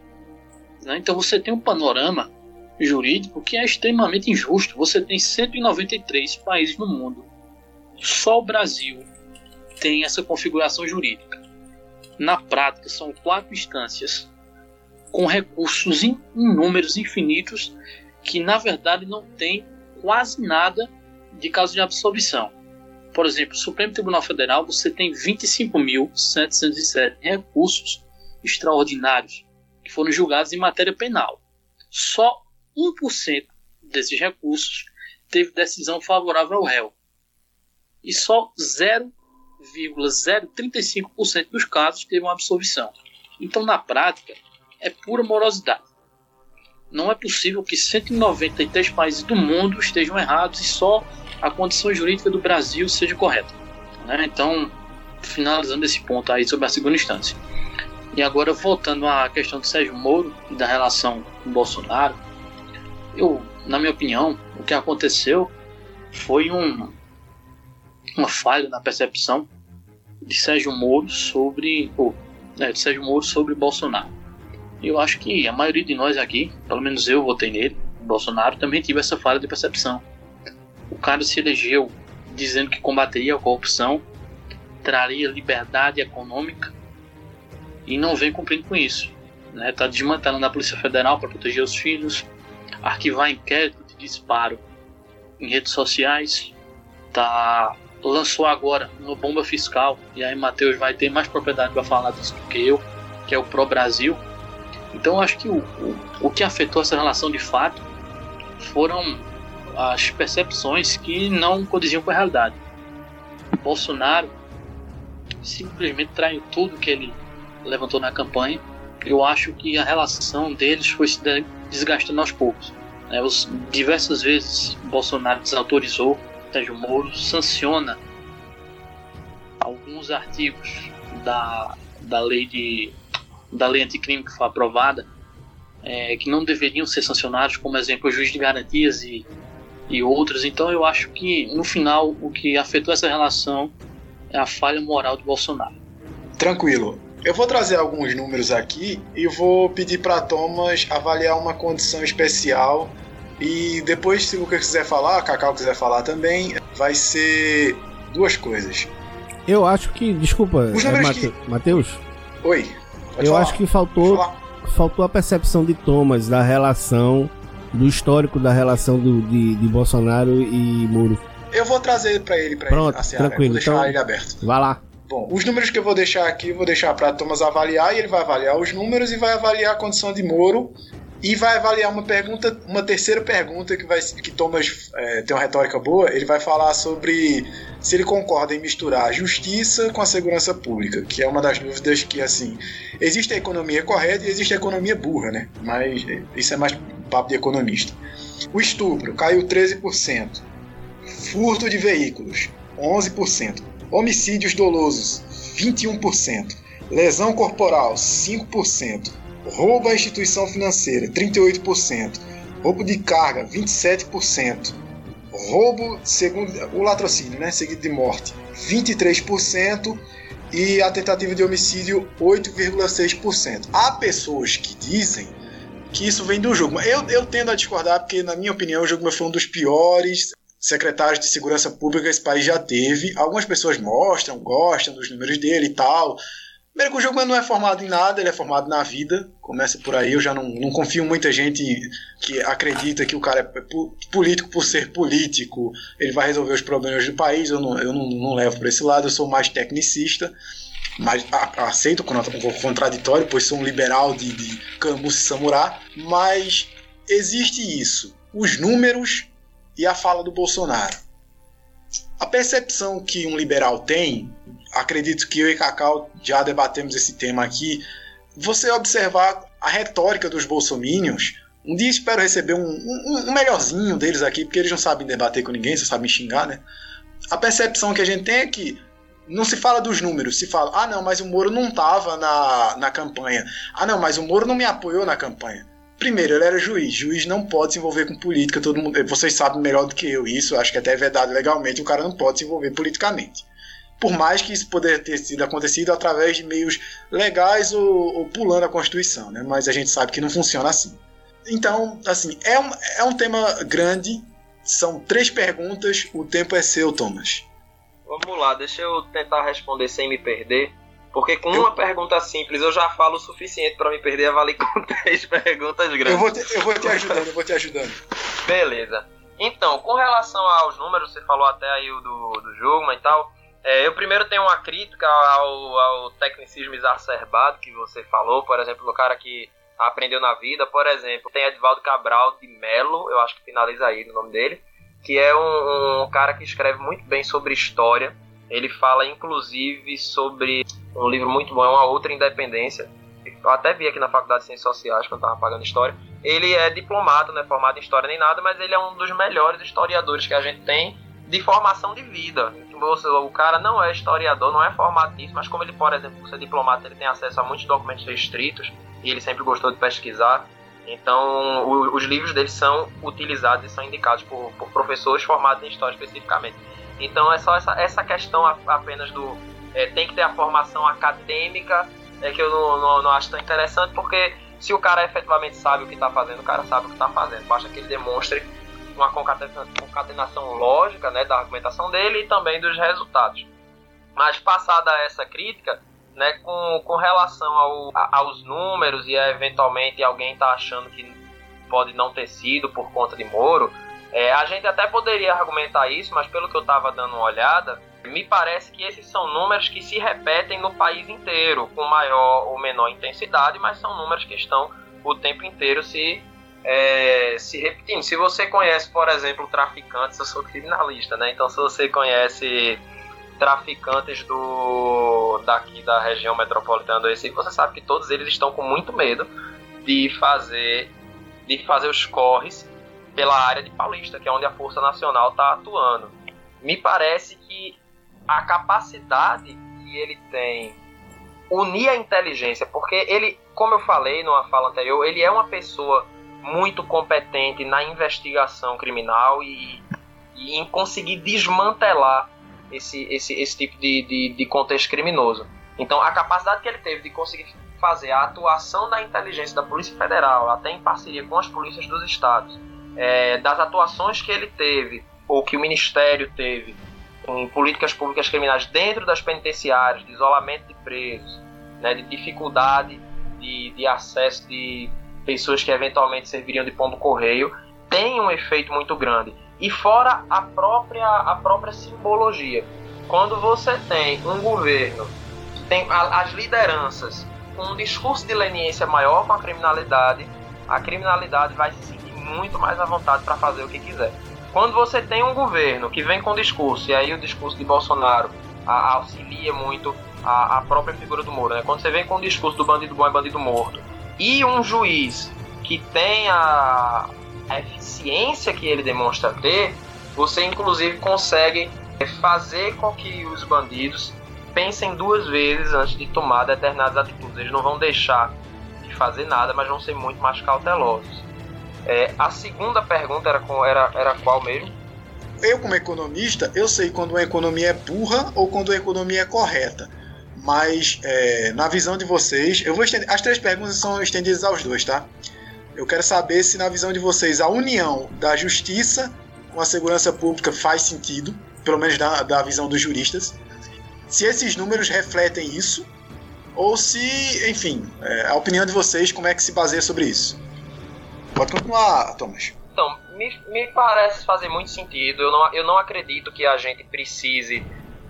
Né? Então você tem um panorama jurídico que é extremamente injusto. Você tem cento e noventa e três países no mundo. Só o Brasil tem essa configuração jurídica. Na prática, são quatro instâncias com recursos em, em números infinitos que, na verdade, não tem quase nada de caso de absolvição. Por exemplo, no Supremo Tribunal Federal, você tem vinte e cinco mil setecentos e sete recursos extraordinários que foram julgados em matéria penal. Só um por cento desses recursos teve decisão favorável ao réu. E só zero vírgula zero trinta e cinco por cento dos casos teve uma absolvição. Então, na prática, é pura morosidade. Não é possível que cento e noventa e três países do mundo estejam errados e só a condição jurídica do Brasil seja correta. Né? Então, finalizando esse ponto aí sobre a segunda instância. E agora, voltando à questão do Sérgio Moro e da relação com o Bolsonaro, eu, na minha opinião, o que aconteceu foi um, uma falha na percepção de Sérgio Moro sobre, ou, né, de Sérgio Moro sobre Bolsonaro. Eu acho que a maioria de nós aqui, pelo menos eu votei nele, Bolsonaro, também tive essa falha de percepção. O cara se elegeu dizendo que combateria a corrupção, traria liberdade econômica e não vem cumprindo com isso. Está, né? Desmantelando a Polícia Federal para proteger os filhos, arquivar inquérito de disparo em redes sociais, tá, lançou agora uma bomba fiscal, e aí Matheus vai ter mais propriedade para falar disso do que eu, que é o Pro Brasil. Então eu acho que o, o, o que afetou essa relação de fato foram as percepções que não condiziam com a realidade. Bolsonaro simplesmente traiu tudo que ele levantou na campanha. Eu acho que a relação deles foi se desgastando aos poucos. É, os, diversas vezes Bolsonaro desautorizou Sérgio Moro, sanciona alguns artigos da, da lei de da lei anticrime que foi aprovada, é, que não deveriam ser sancionados, como exemplo o juiz de garantias e, e outros. Então eu acho que no final o que afetou essa relação é a falha moral do Bolsonaro. Tranquilo. Eu vou trazer alguns números aqui e vou pedir para Thomas avaliar uma condição especial, e depois, se o Lucas quiser falar, a Cacau quiser falar também, vai ser duas coisas. Eu acho que, desculpa, Os é, Mate... que... Matheus? Oi. Eu falar. acho que faltou, faltou a percepção de Thomas da relação, do histórico da relação do, de, de Bolsonaro e Moro. Eu vou trazer para ele, para Pronto, ele, Seara, tranquilo, vou deixar então, ele aberto. Vai lá. Bom, os números que eu vou deixar aqui, eu vou deixar para Thomas avaliar, e ele vai avaliar os números e vai avaliar a condição de Moro, e vai avaliar uma pergunta, uma terceira pergunta que, vai, que Thomas é, tem uma retórica boa. Ele vai falar sobre se ele concorda em misturar a justiça com a segurança pública, que é uma das dúvidas que, assim, existe a economia correta e existe a economia burra, né? Mas isso é mais papo de economista. O estupro caiu treze por cento, furto de veículos onze por cento, homicídios dolosos vinte e um por cento, lesão corporal cinco por cento, roubo à instituição financeira trinta e oito por cento, roubo de carga vinte e sete por cento, roubo segundo o latrocínio, né, seguido de morte vinte e três por cento e a tentativa de homicídio oito vírgula seis por cento. Há pessoas que dizem que isso vem do Jugman. Eu, eu tendo a discordar, porque na minha opinião o Jugman foi um dos piores secretários de segurança pública que esse país já teve. Algumas pessoas mostram, gostam dos números dele e tal. Primeiro que o Jugman não é formado em nada, ele é formado na vida. Começa por aí, eu já não, não confio em muita gente que acredita que o cara é político por ser político, ele vai resolver os problemas do país. Eu não, eu não, não levo por esse lado, eu sou mais tecnicista, mas a, aceito o contraditório, pois sou um liberal de, de Camus e Samurá. Mas existe isso, os números e a fala do Bolsonaro. A percepção que um liberal tem, acredito que eu e Cacau já debatemos esse tema aqui, você observar a retórica dos bolsominions, um dia espero receber um, um, um melhorzinho deles aqui, porque eles não sabem debater com ninguém, só sabem xingar, né? A percepção que a gente tem é que não se fala dos números, se fala, ah não, mas o Moro não estava na, na campanha, ah não, mas o Moro não me apoiou na campanha. Primeiro, ele era juiz. Juiz não pode se envolver com política. Todo mundo, vocês sabem melhor do que eu isso. Acho que até é vedado legalmente. O cara não pode se envolver politicamente. por mais que isso poderia ter sido acontecido através de meios legais ou, ou pulando a Constituição, né? Mas a gente sabe que não funciona assim. Então, assim, é um, é um tema grande, são três perguntas, o tempo é seu, Thomas. Vamos lá, deixa eu tentar responder sem me perder, porque com eu... uma pergunta simples eu já falo o suficiente para me perder, avaliar com três perguntas grandes. Eu vou te, eu vou te ajudando, eu vou te ajudando. Beleza. Então, com relação aos números, você falou até aí o do, do jogo e tal, é, eu primeiro tenho uma crítica ao, ao tecnicismo exacerbado que você falou, por exemplo, no cara que aprendeu na vida, por exemplo, tem Edivaldo Cabral de Melo, eu acho que finaliza aí no nome dele, que é um, um cara que escreve muito bem sobre história. Ele fala inclusive sobre um livro muito bom, é Uma Outra Independência. Eu até vi aqui na Faculdade de Ciências Sociais quando estava pagando história. Ele é diplomata, não é formado em história nem nada, mas ele é um dos melhores historiadores que a gente tem de formação de vida. O cara não é historiador, não é formado nisso, mas como ele, por exemplo, por ser diplomata, ele tem acesso a muitos documentos restritos e ele sempre gostou de pesquisar. Então, o, os livros dele são utilizados e são indicados por, por professores formados em história especificamente. Então, é só essa, essa questão apenas do... É, tem que ter a formação acadêmica, é, que eu não, não, não acho tão interessante, porque se o cara efetivamente sabe o que está fazendo, o cara sabe o que está fazendo. Basta que ele demonstre uma concatenação, concatenação lógica, né, da argumentação dele e também dos resultados. Mas, passada essa crítica, né, com, com relação ao, a, aos números e eventualmente alguém está achando que pode não ter sido por conta de Moro, é, a gente até poderia argumentar isso, mas pelo que eu estava dando uma olhada, me parece que esses são números que se repetem no país inteiro, com maior ou menor intensidade, mas são números que estão o tempo inteiro se, é, se repetindo. Se você conhece, por exemplo, traficantes, eu sou criminalista, né? Então se você conhece traficantes do, daqui da região metropolitana do Recife, você sabe que todos eles estão com muito medo de fazer, de fazer os corres pela área de Paulista, que é onde a Força Nacional está atuando. Me parece que a capacidade que ele tem unir a inteligência, porque ele, como eu falei numa fala anterior, ele é uma pessoa muito competente na investigação criminal e, e em conseguir desmantelar esse, esse, esse tipo de, de, de contexto criminoso. Então, a capacidade que ele teve de conseguir fazer a atuação da inteligência da Polícia Federal, até em parceria com as polícias dos estados, é, das atuações que ele teve, ou que o Ministério teve, em políticas públicas criminais dentro das penitenciárias, de isolamento de presos, né, de dificuldade de, de acesso de pessoas que eventualmente serviriam de pombo-correio, tem um efeito muito grande. E fora a própria, a própria simbologia. Quando você tem um governo que tem a, as lideranças com um discurso de leniência maior com a criminalidade, a criminalidade vai se sentir muito mais à vontade para fazer o que quiser. Quando você tem um governo que vem com discurso, e aí o discurso de Bolsonaro a, auxilia muito a, a própria figura do Moro, né? Quando você vem com o discurso do bandido bom é bandido morto, e um juiz que tem a, a eficiência que ele demonstra ter, você inclusive consegue fazer com que os bandidos pensem duas vezes antes de tomar determinadas atitudes. Eles não vão deixar de fazer nada, mas vão ser muito mais cautelosos. É, a segunda pergunta era, com, era, era qual mesmo? Eu, como economista, eu sei quando uma economia é burra ou quando a economia é correta. Mas, é, na visão de vocês, eu vou estender, as três perguntas são estendidas aos dois, tá? Eu quero saber se, na visão de vocês, a união da justiça com a segurança pública faz sentido, pelo menos da, da visão dos juristas. Se esses números refletem isso, ou se, enfim, é, a opinião de vocês, como é que se baseia sobre isso? Pode continuar, Thomas. Então, me, me parece fazer muito sentido. Eu não, eu não acredito que a gente precise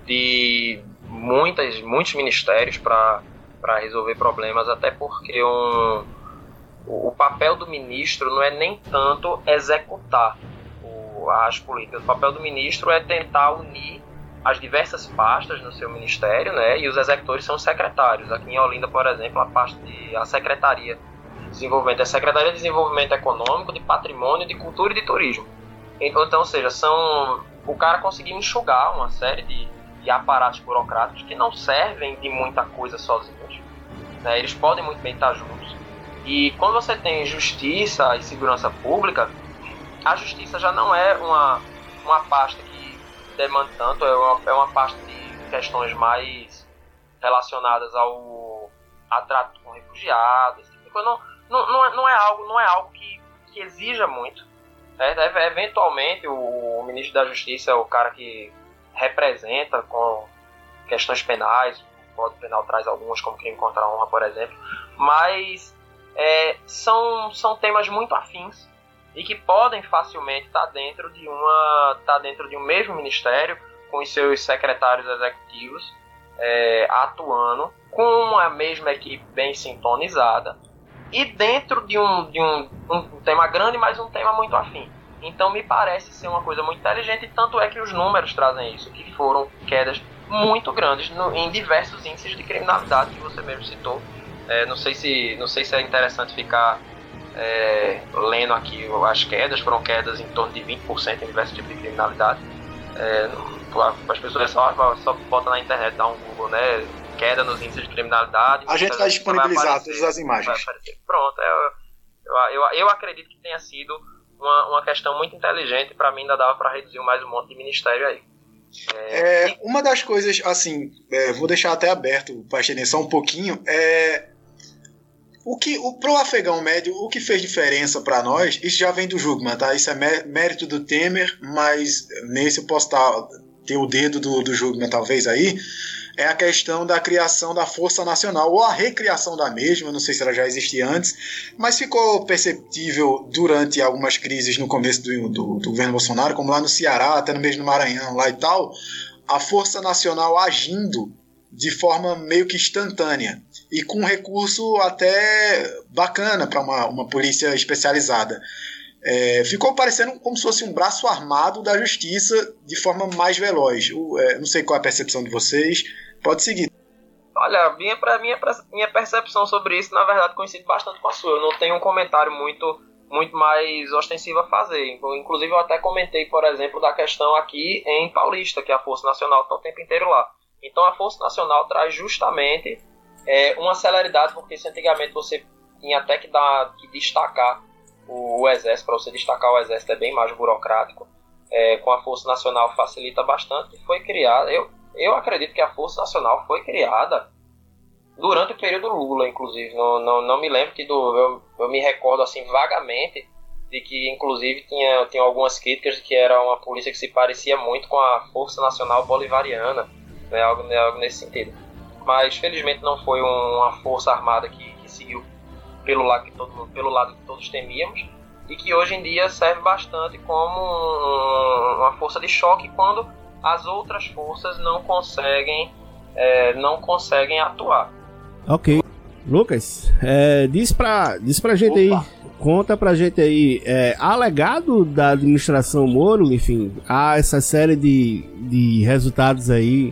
de muitas, muitos ministérios para resolver problemas, até porque um, o, o papel do ministro não é nem tanto executar o, as políticas. O papel do ministro é tentar unir as diversas pastas no seu ministério, né? E os executores são os secretários. Aqui em Olinda, por exemplo, a, pasta de, a Secretaria Desenvolvimento, a Secretaria de Desenvolvimento Econômico, de Patrimônio, de Cultura e de Turismo. Então, ou seja, são, o cara conseguiu enxugar uma série de, de aparatos burocráticos que não servem de muita coisa sozinhos, né? Eles podem muito bem estar juntos. E quando você tem justiça e segurança pública, a justiça já não é uma, uma pasta que demanda tanto, é uma, é uma pasta de questões mais relacionadas ao a trato com refugiados, não, não, não, é, não é algo, não é algo que, que exija muito. É, eventualmente o, o ministro da Justiça é o cara que representa com questões penais, o Código Penal traz algumas como crime contra a honra, por exemplo, mas é, são, são temas muito afins e que podem facilmente estar dentro de uma, estar dentro de um mesmo ministério com os seus secretários executivos é, atuando com a mesma equipe bem sintonizada e dentro de um, de um, um tema grande, mas um tema muito afim. Então me parece ser uma coisa muito inteligente, e tanto é que os números trazem isso, que foram quedas muito grandes no, em diversos índices de criminalidade que você mesmo citou. É, não sei se, não sei se é interessante ficar é, lendo aqui as quedas, foram quedas em torno de vinte por cento em diversos tipos de criminalidade. É, as pessoas só, só botam na internet, dá um Google, né? Queda nos índices de criminalidade. A gente vai disponibilizar todas as imagens. Pronto, eu, eu, eu, eu acredito que tenha sido uma, uma questão muito inteligente. Para mim ainda dava para reduzir mais um monte de ministério aí. É, é, uma das coisas, assim, é, vou deixar até aberto para estender só um pouquinho, é o que, o, pro afegão médio, o que fez diferença para nós, isso já vem do Jugman, tá? Isso é mérito do Temer, mas nesse eu posso tá, ter o dedo do, do Jugman talvez aí, é a questão da criação da Força Nacional, ou a recriação da mesma, não sei se ela já existia antes, mas ficou perceptível durante algumas crises no começo do, do, do governo Bolsonaro, como lá no Ceará, até no mesmo no Maranhão, lá e tal, a Força Nacional agindo de forma meio que instantânea, e com um recurso até bacana para uma, uma polícia especializada. É, ficou parecendo como se fosse um braço armado da justiça de forma mais veloz. O, é, não sei qual é a percepção de vocês. Pode seguir. Olha, minha, minha, minha percepção sobre isso, na verdade, coincide bastante com a sua. Eu não tenho um comentário muito, muito mais ostensivo a fazer. Inclusive, eu até comentei, por exemplo, da questão aqui em Paulista, que a Força Nacional está o tempo inteiro lá. Então, a Força Nacional traz justamente é, uma celeridade, porque se antigamente você tinha até que, dar, que destacar o, o Exército, para você destacar o Exército é bem mais burocrático. É, com a Força Nacional facilita bastante. Foi criada... Eu, Eu acredito que a Força Nacional foi criada durante o período Lula, inclusive. Não, não, não me lembro que do... Eu, eu me recordo, assim, vagamente de que, inclusive, tinha, tinha algumas críticas de que era uma polícia que se parecia muito com a Força Nacional Bolivariana, né, algo, algo nesse sentido. Mas, felizmente, não foi uma força armada que, que seguiu pelo lado que, todo, pelo lado que todos temíamos, e que hoje em dia serve bastante como um, uma força de choque quando as outras forças não conseguem, é, não conseguem atuar. Ok. Lucas, é, diz, pra, diz pra gente Opa. aí, conta pra gente aí, é, há legado da administração Moro, enfim, há essa série de, de resultados aí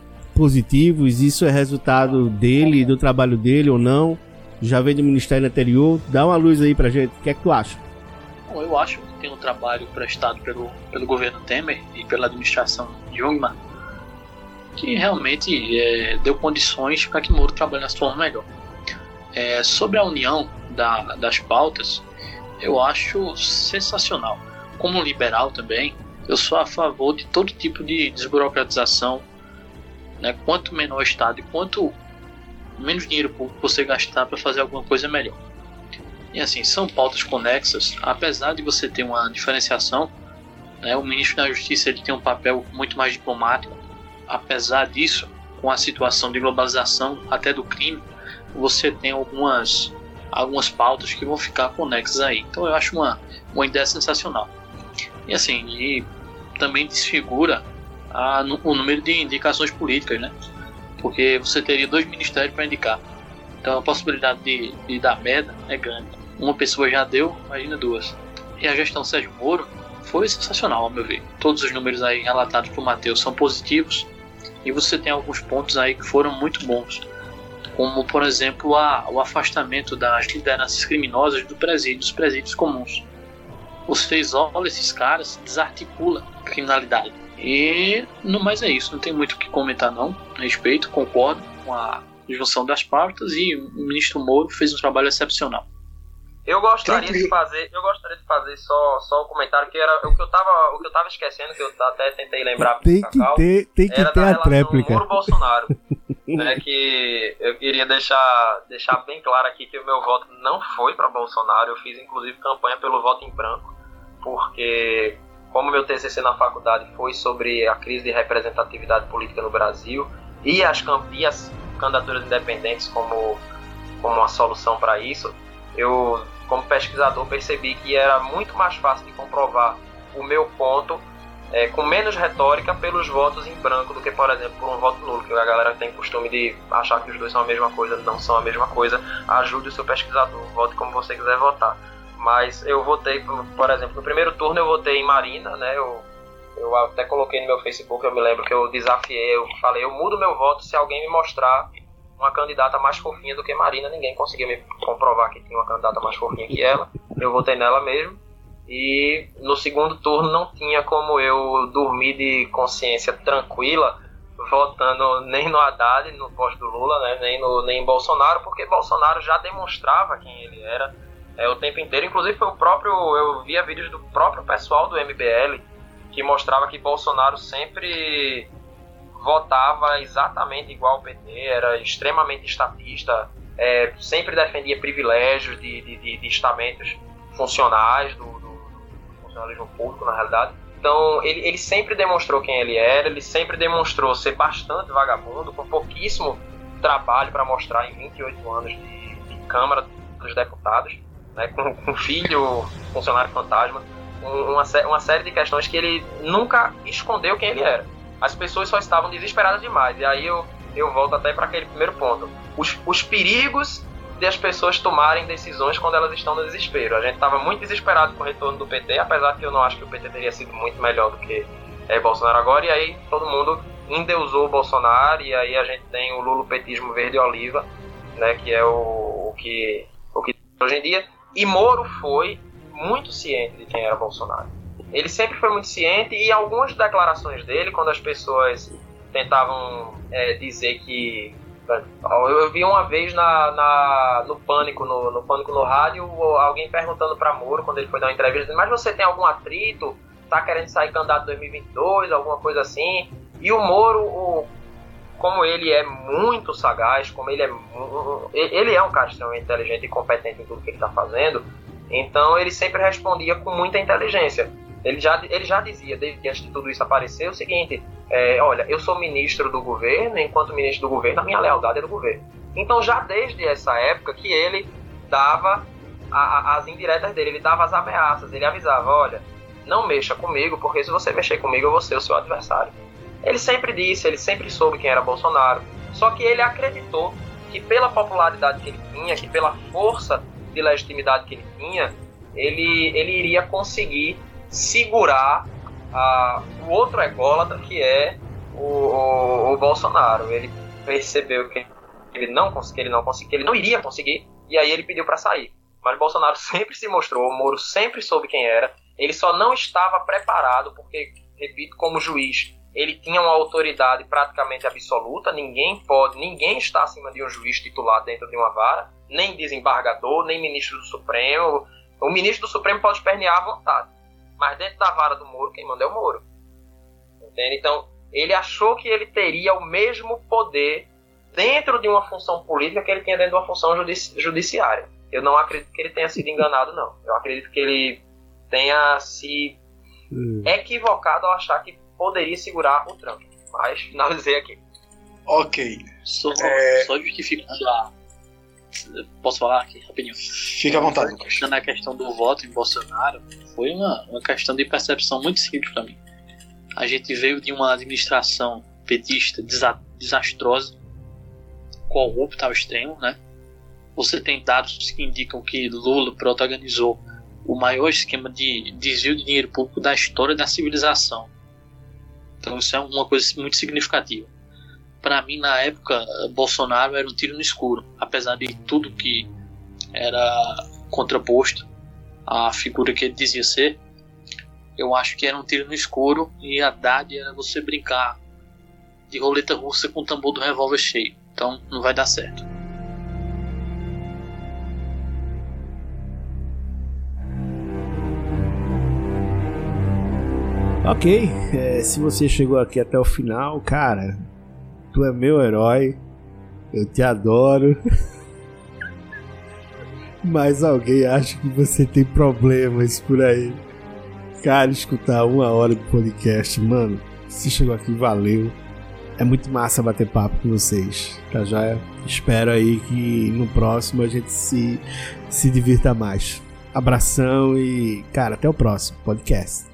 positivos, isso é resultado dele, do trabalho dele ou não? Já veio do ministério anterior? Dá uma luz aí pra gente, o que é que tu acha? Bom, eu acho que tem um trabalho prestado pelo, pelo governo Temer e pela administração Jungmann que realmente é, deu condições para que Moro trabalhasse de forma melhor. É, sobre a união da, das pautas, eu acho sensacional. Como liberal também, eu sou a favor de todo tipo de desburocratização, né? Quanto menor o Estado e quanto menos dinheiro público você gastar para fazer alguma coisa melhor. E assim, são pautas conexas, apesar de você ter uma diferenciação, né, o ministro da Justiça ele tem um papel muito mais diplomático. Apesar disso, com a situação de globalização até do crime, você tem algumas, algumas pautas que vão ficar conexas aí. Então eu acho uma, uma ideia sensacional. E assim, e também desfigura a, o número de indicações políticas, né? Porque você teria dois ministérios para indicar. Então a possibilidade de, de dar merda é grande. Uma pessoa já deu, imagina duas. E a gestão Sérgio Moro foi sensacional, ao meu ver. Todos os números aí relatados por Matheus são positivos. E você tem alguns pontos aí que foram muito bons. Como, por exemplo, a, o afastamento das lideranças criminosas do presídio, dos presídios comuns. Você isola esses caras, desarticula a criminalidade. E no mais é isso, não tem muito o que comentar não a respeito, concordo com a junção das pautas e o ministro Moro fez um trabalho excepcional. Eu gostaria Tranquilo. de fazer, eu gostaria de fazer só, só o comentário que era o que eu tava, o que eu tava esquecendo, que eu até tentei lembrar Tem que Cacau, ter, tem que era ter da a relação tréplica. Moro-Bolsonaro, né, que eu queria deixar, deixar bem claro aqui que o meu voto não foi para Bolsonaro. Eu fiz inclusive campanha pelo voto em branco, porque como meu T C C na faculdade foi sobre a crise de representatividade política no Brasil e as, e as candidaturas independentes como, como uma solução para isso, eu, como pesquisador, percebi que era muito mais fácil de comprovar o meu ponto é, com menos retórica pelos votos em branco do que, por exemplo, por um voto nulo, que a galera tem costume de achar que os dois são a mesma coisa. Não são a mesma coisa. Ajude o seu pesquisador, vote como você quiser votar. Mas eu votei, por exemplo, no primeiro turno eu votei em Marina, né? Eu, eu até coloquei no meu Facebook, eu me lembro que eu desafiei, eu falei, eu mudo meu voto se alguém me mostrar uma candidata mais fofinha do que Marina. Ninguém conseguiu me comprovar que tinha uma candidata mais fofinha que ela. Eu votei nela mesmo. E no segundo turno não tinha como eu dormir de consciência tranquila votando nem no Haddad, no posto do Lula, né, nem, no, nem em Bolsonaro, porque Bolsonaro já demonstrava quem ele era é, o tempo inteiro. Inclusive foi o próprio, eu via vídeos do próprio pessoal do M B L que mostrava que Bolsonaro sempre votava exatamente igual ao P T, era extremamente estatista, é, sempre defendia privilégios de, de, de, de estamentos funcionais do, do, do funcionalismo público, na realidade. Então ele, ele sempre demonstrou quem ele era, ele sempre demonstrou ser bastante vagabundo, com pouquíssimo trabalho para mostrar em vinte e oito anos de, de Câmara dos Deputados, né, com, com filho, funcionário fantasma, uma, uma série de questões que ele nunca escondeu quem ele era. As pessoas só estavam desesperadas demais. E aí eu, eu volto até para aquele primeiro ponto. Os, os perigos de as pessoas tomarem decisões quando elas estão no desespero. A gente estava muito desesperado com o retorno do P T, apesar que eu não acho que o P T teria sido muito melhor do que é, Bolsonaro agora. E aí todo mundo endeusou o Bolsonaro. E aí a gente tem o lulopetismo verde e oliva, né, que é o, o, que, o que hoje em dia. E Moro foi muito ciente de quem era Bolsonaro. Ele sempre foi muito ciente, e algumas declarações dele, quando as pessoas tentavam é, dizer que... Eu vi uma vez na, na, no, Pânico, no, no Pânico no rádio, alguém perguntando para Moro, quando ele foi dar uma entrevista, mas você tem algum atrito? Tá querendo sair candidato em dois mil e vinte e dois, alguma coisa assim? E o Moro, o, como ele é muito sagaz, como ele é... Ele é um cara extremamente inteligente e competente em tudo que ele está fazendo, então ele sempre respondia com muita inteligência. Ele já, ele já dizia, desde antes de tudo isso aparecer, o seguinte, é, olha, eu sou ministro do governo, enquanto ministro do governo, a minha lealdade é do governo. Então já desde essa época que ele dava a, a, as indiretas dele, ele dava as ameaças, ele avisava, olha, não mexa comigo, porque se você mexer comigo eu vou ser o seu adversário. Ele sempre disse, ele sempre soube quem era Bolsonaro, só que ele acreditou que pela popularidade que ele tinha, que pela força de legitimidade que ele tinha, ele, ele iria conseguir segurar uh, o outro ególatra que é o, o, o Bolsonaro. Ele percebeu que ele não conseguia, ele não conseguia, ele não iria conseguir, e aí ele pediu para sair. Mas Bolsonaro sempre se mostrou, o Moro sempre soube quem era, ele só não estava preparado, porque, repito, como juiz, ele tinha uma autoridade praticamente absoluta, ninguém pode, ninguém está acima de um juiz titular dentro de uma vara, nem desembargador, nem ministro do Supremo. O ministro do Supremo pode espernear à vontade, mas dentro da vara do Moro, quem manda é o Moro. Entende? Então, ele achou que ele teria o mesmo poder dentro de uma função política que ele tinha dentro de uma função judici- judiciária. Eu não acredito que ele tenha sido enganado, não. Eu acredito que ele tenha se hum. equivocado ao achar que poderia segurar o Trump. Mas finalizei aqui. Ok. Só, é... só justificando a... Posso falar aqui rapidinho? Fique à vontade, Lucas. Na questão do voto em Bolsonaro, foi uma, uma questão de percepção muito simples para mim. A gente veio de uma administração petista desa- desastrosa, corrupta ao extremo, né? Você tem dados que indicam que Lula protagonizou o maior esquema de desvio de dinheiro público da história da civilização. Então isso é uma coisa muito significativa. Para mim, na época, Bolsonaro era um tiro no escuro, apesar de tudo que era contraposto à figura que ele dizia ser. Eu acho que era um tiro no escuro, e a Haddad era você brincar de roleta russa com o tambor do revólver cheio. Então não vai dar certo. Ok, é, se você chegou aqui até o final, cara, tu é meu herói, eu te adoro. Mas alguém acha que você tem problemas por aí. Cara, escutar uma hora de podcast, mano, se chegou aqui, valeu. É muito massa bater papo com vocês, tá já? Espero aí que no próximo a gente se, se divirta mais. Abração e, cara, até o próximo podcast.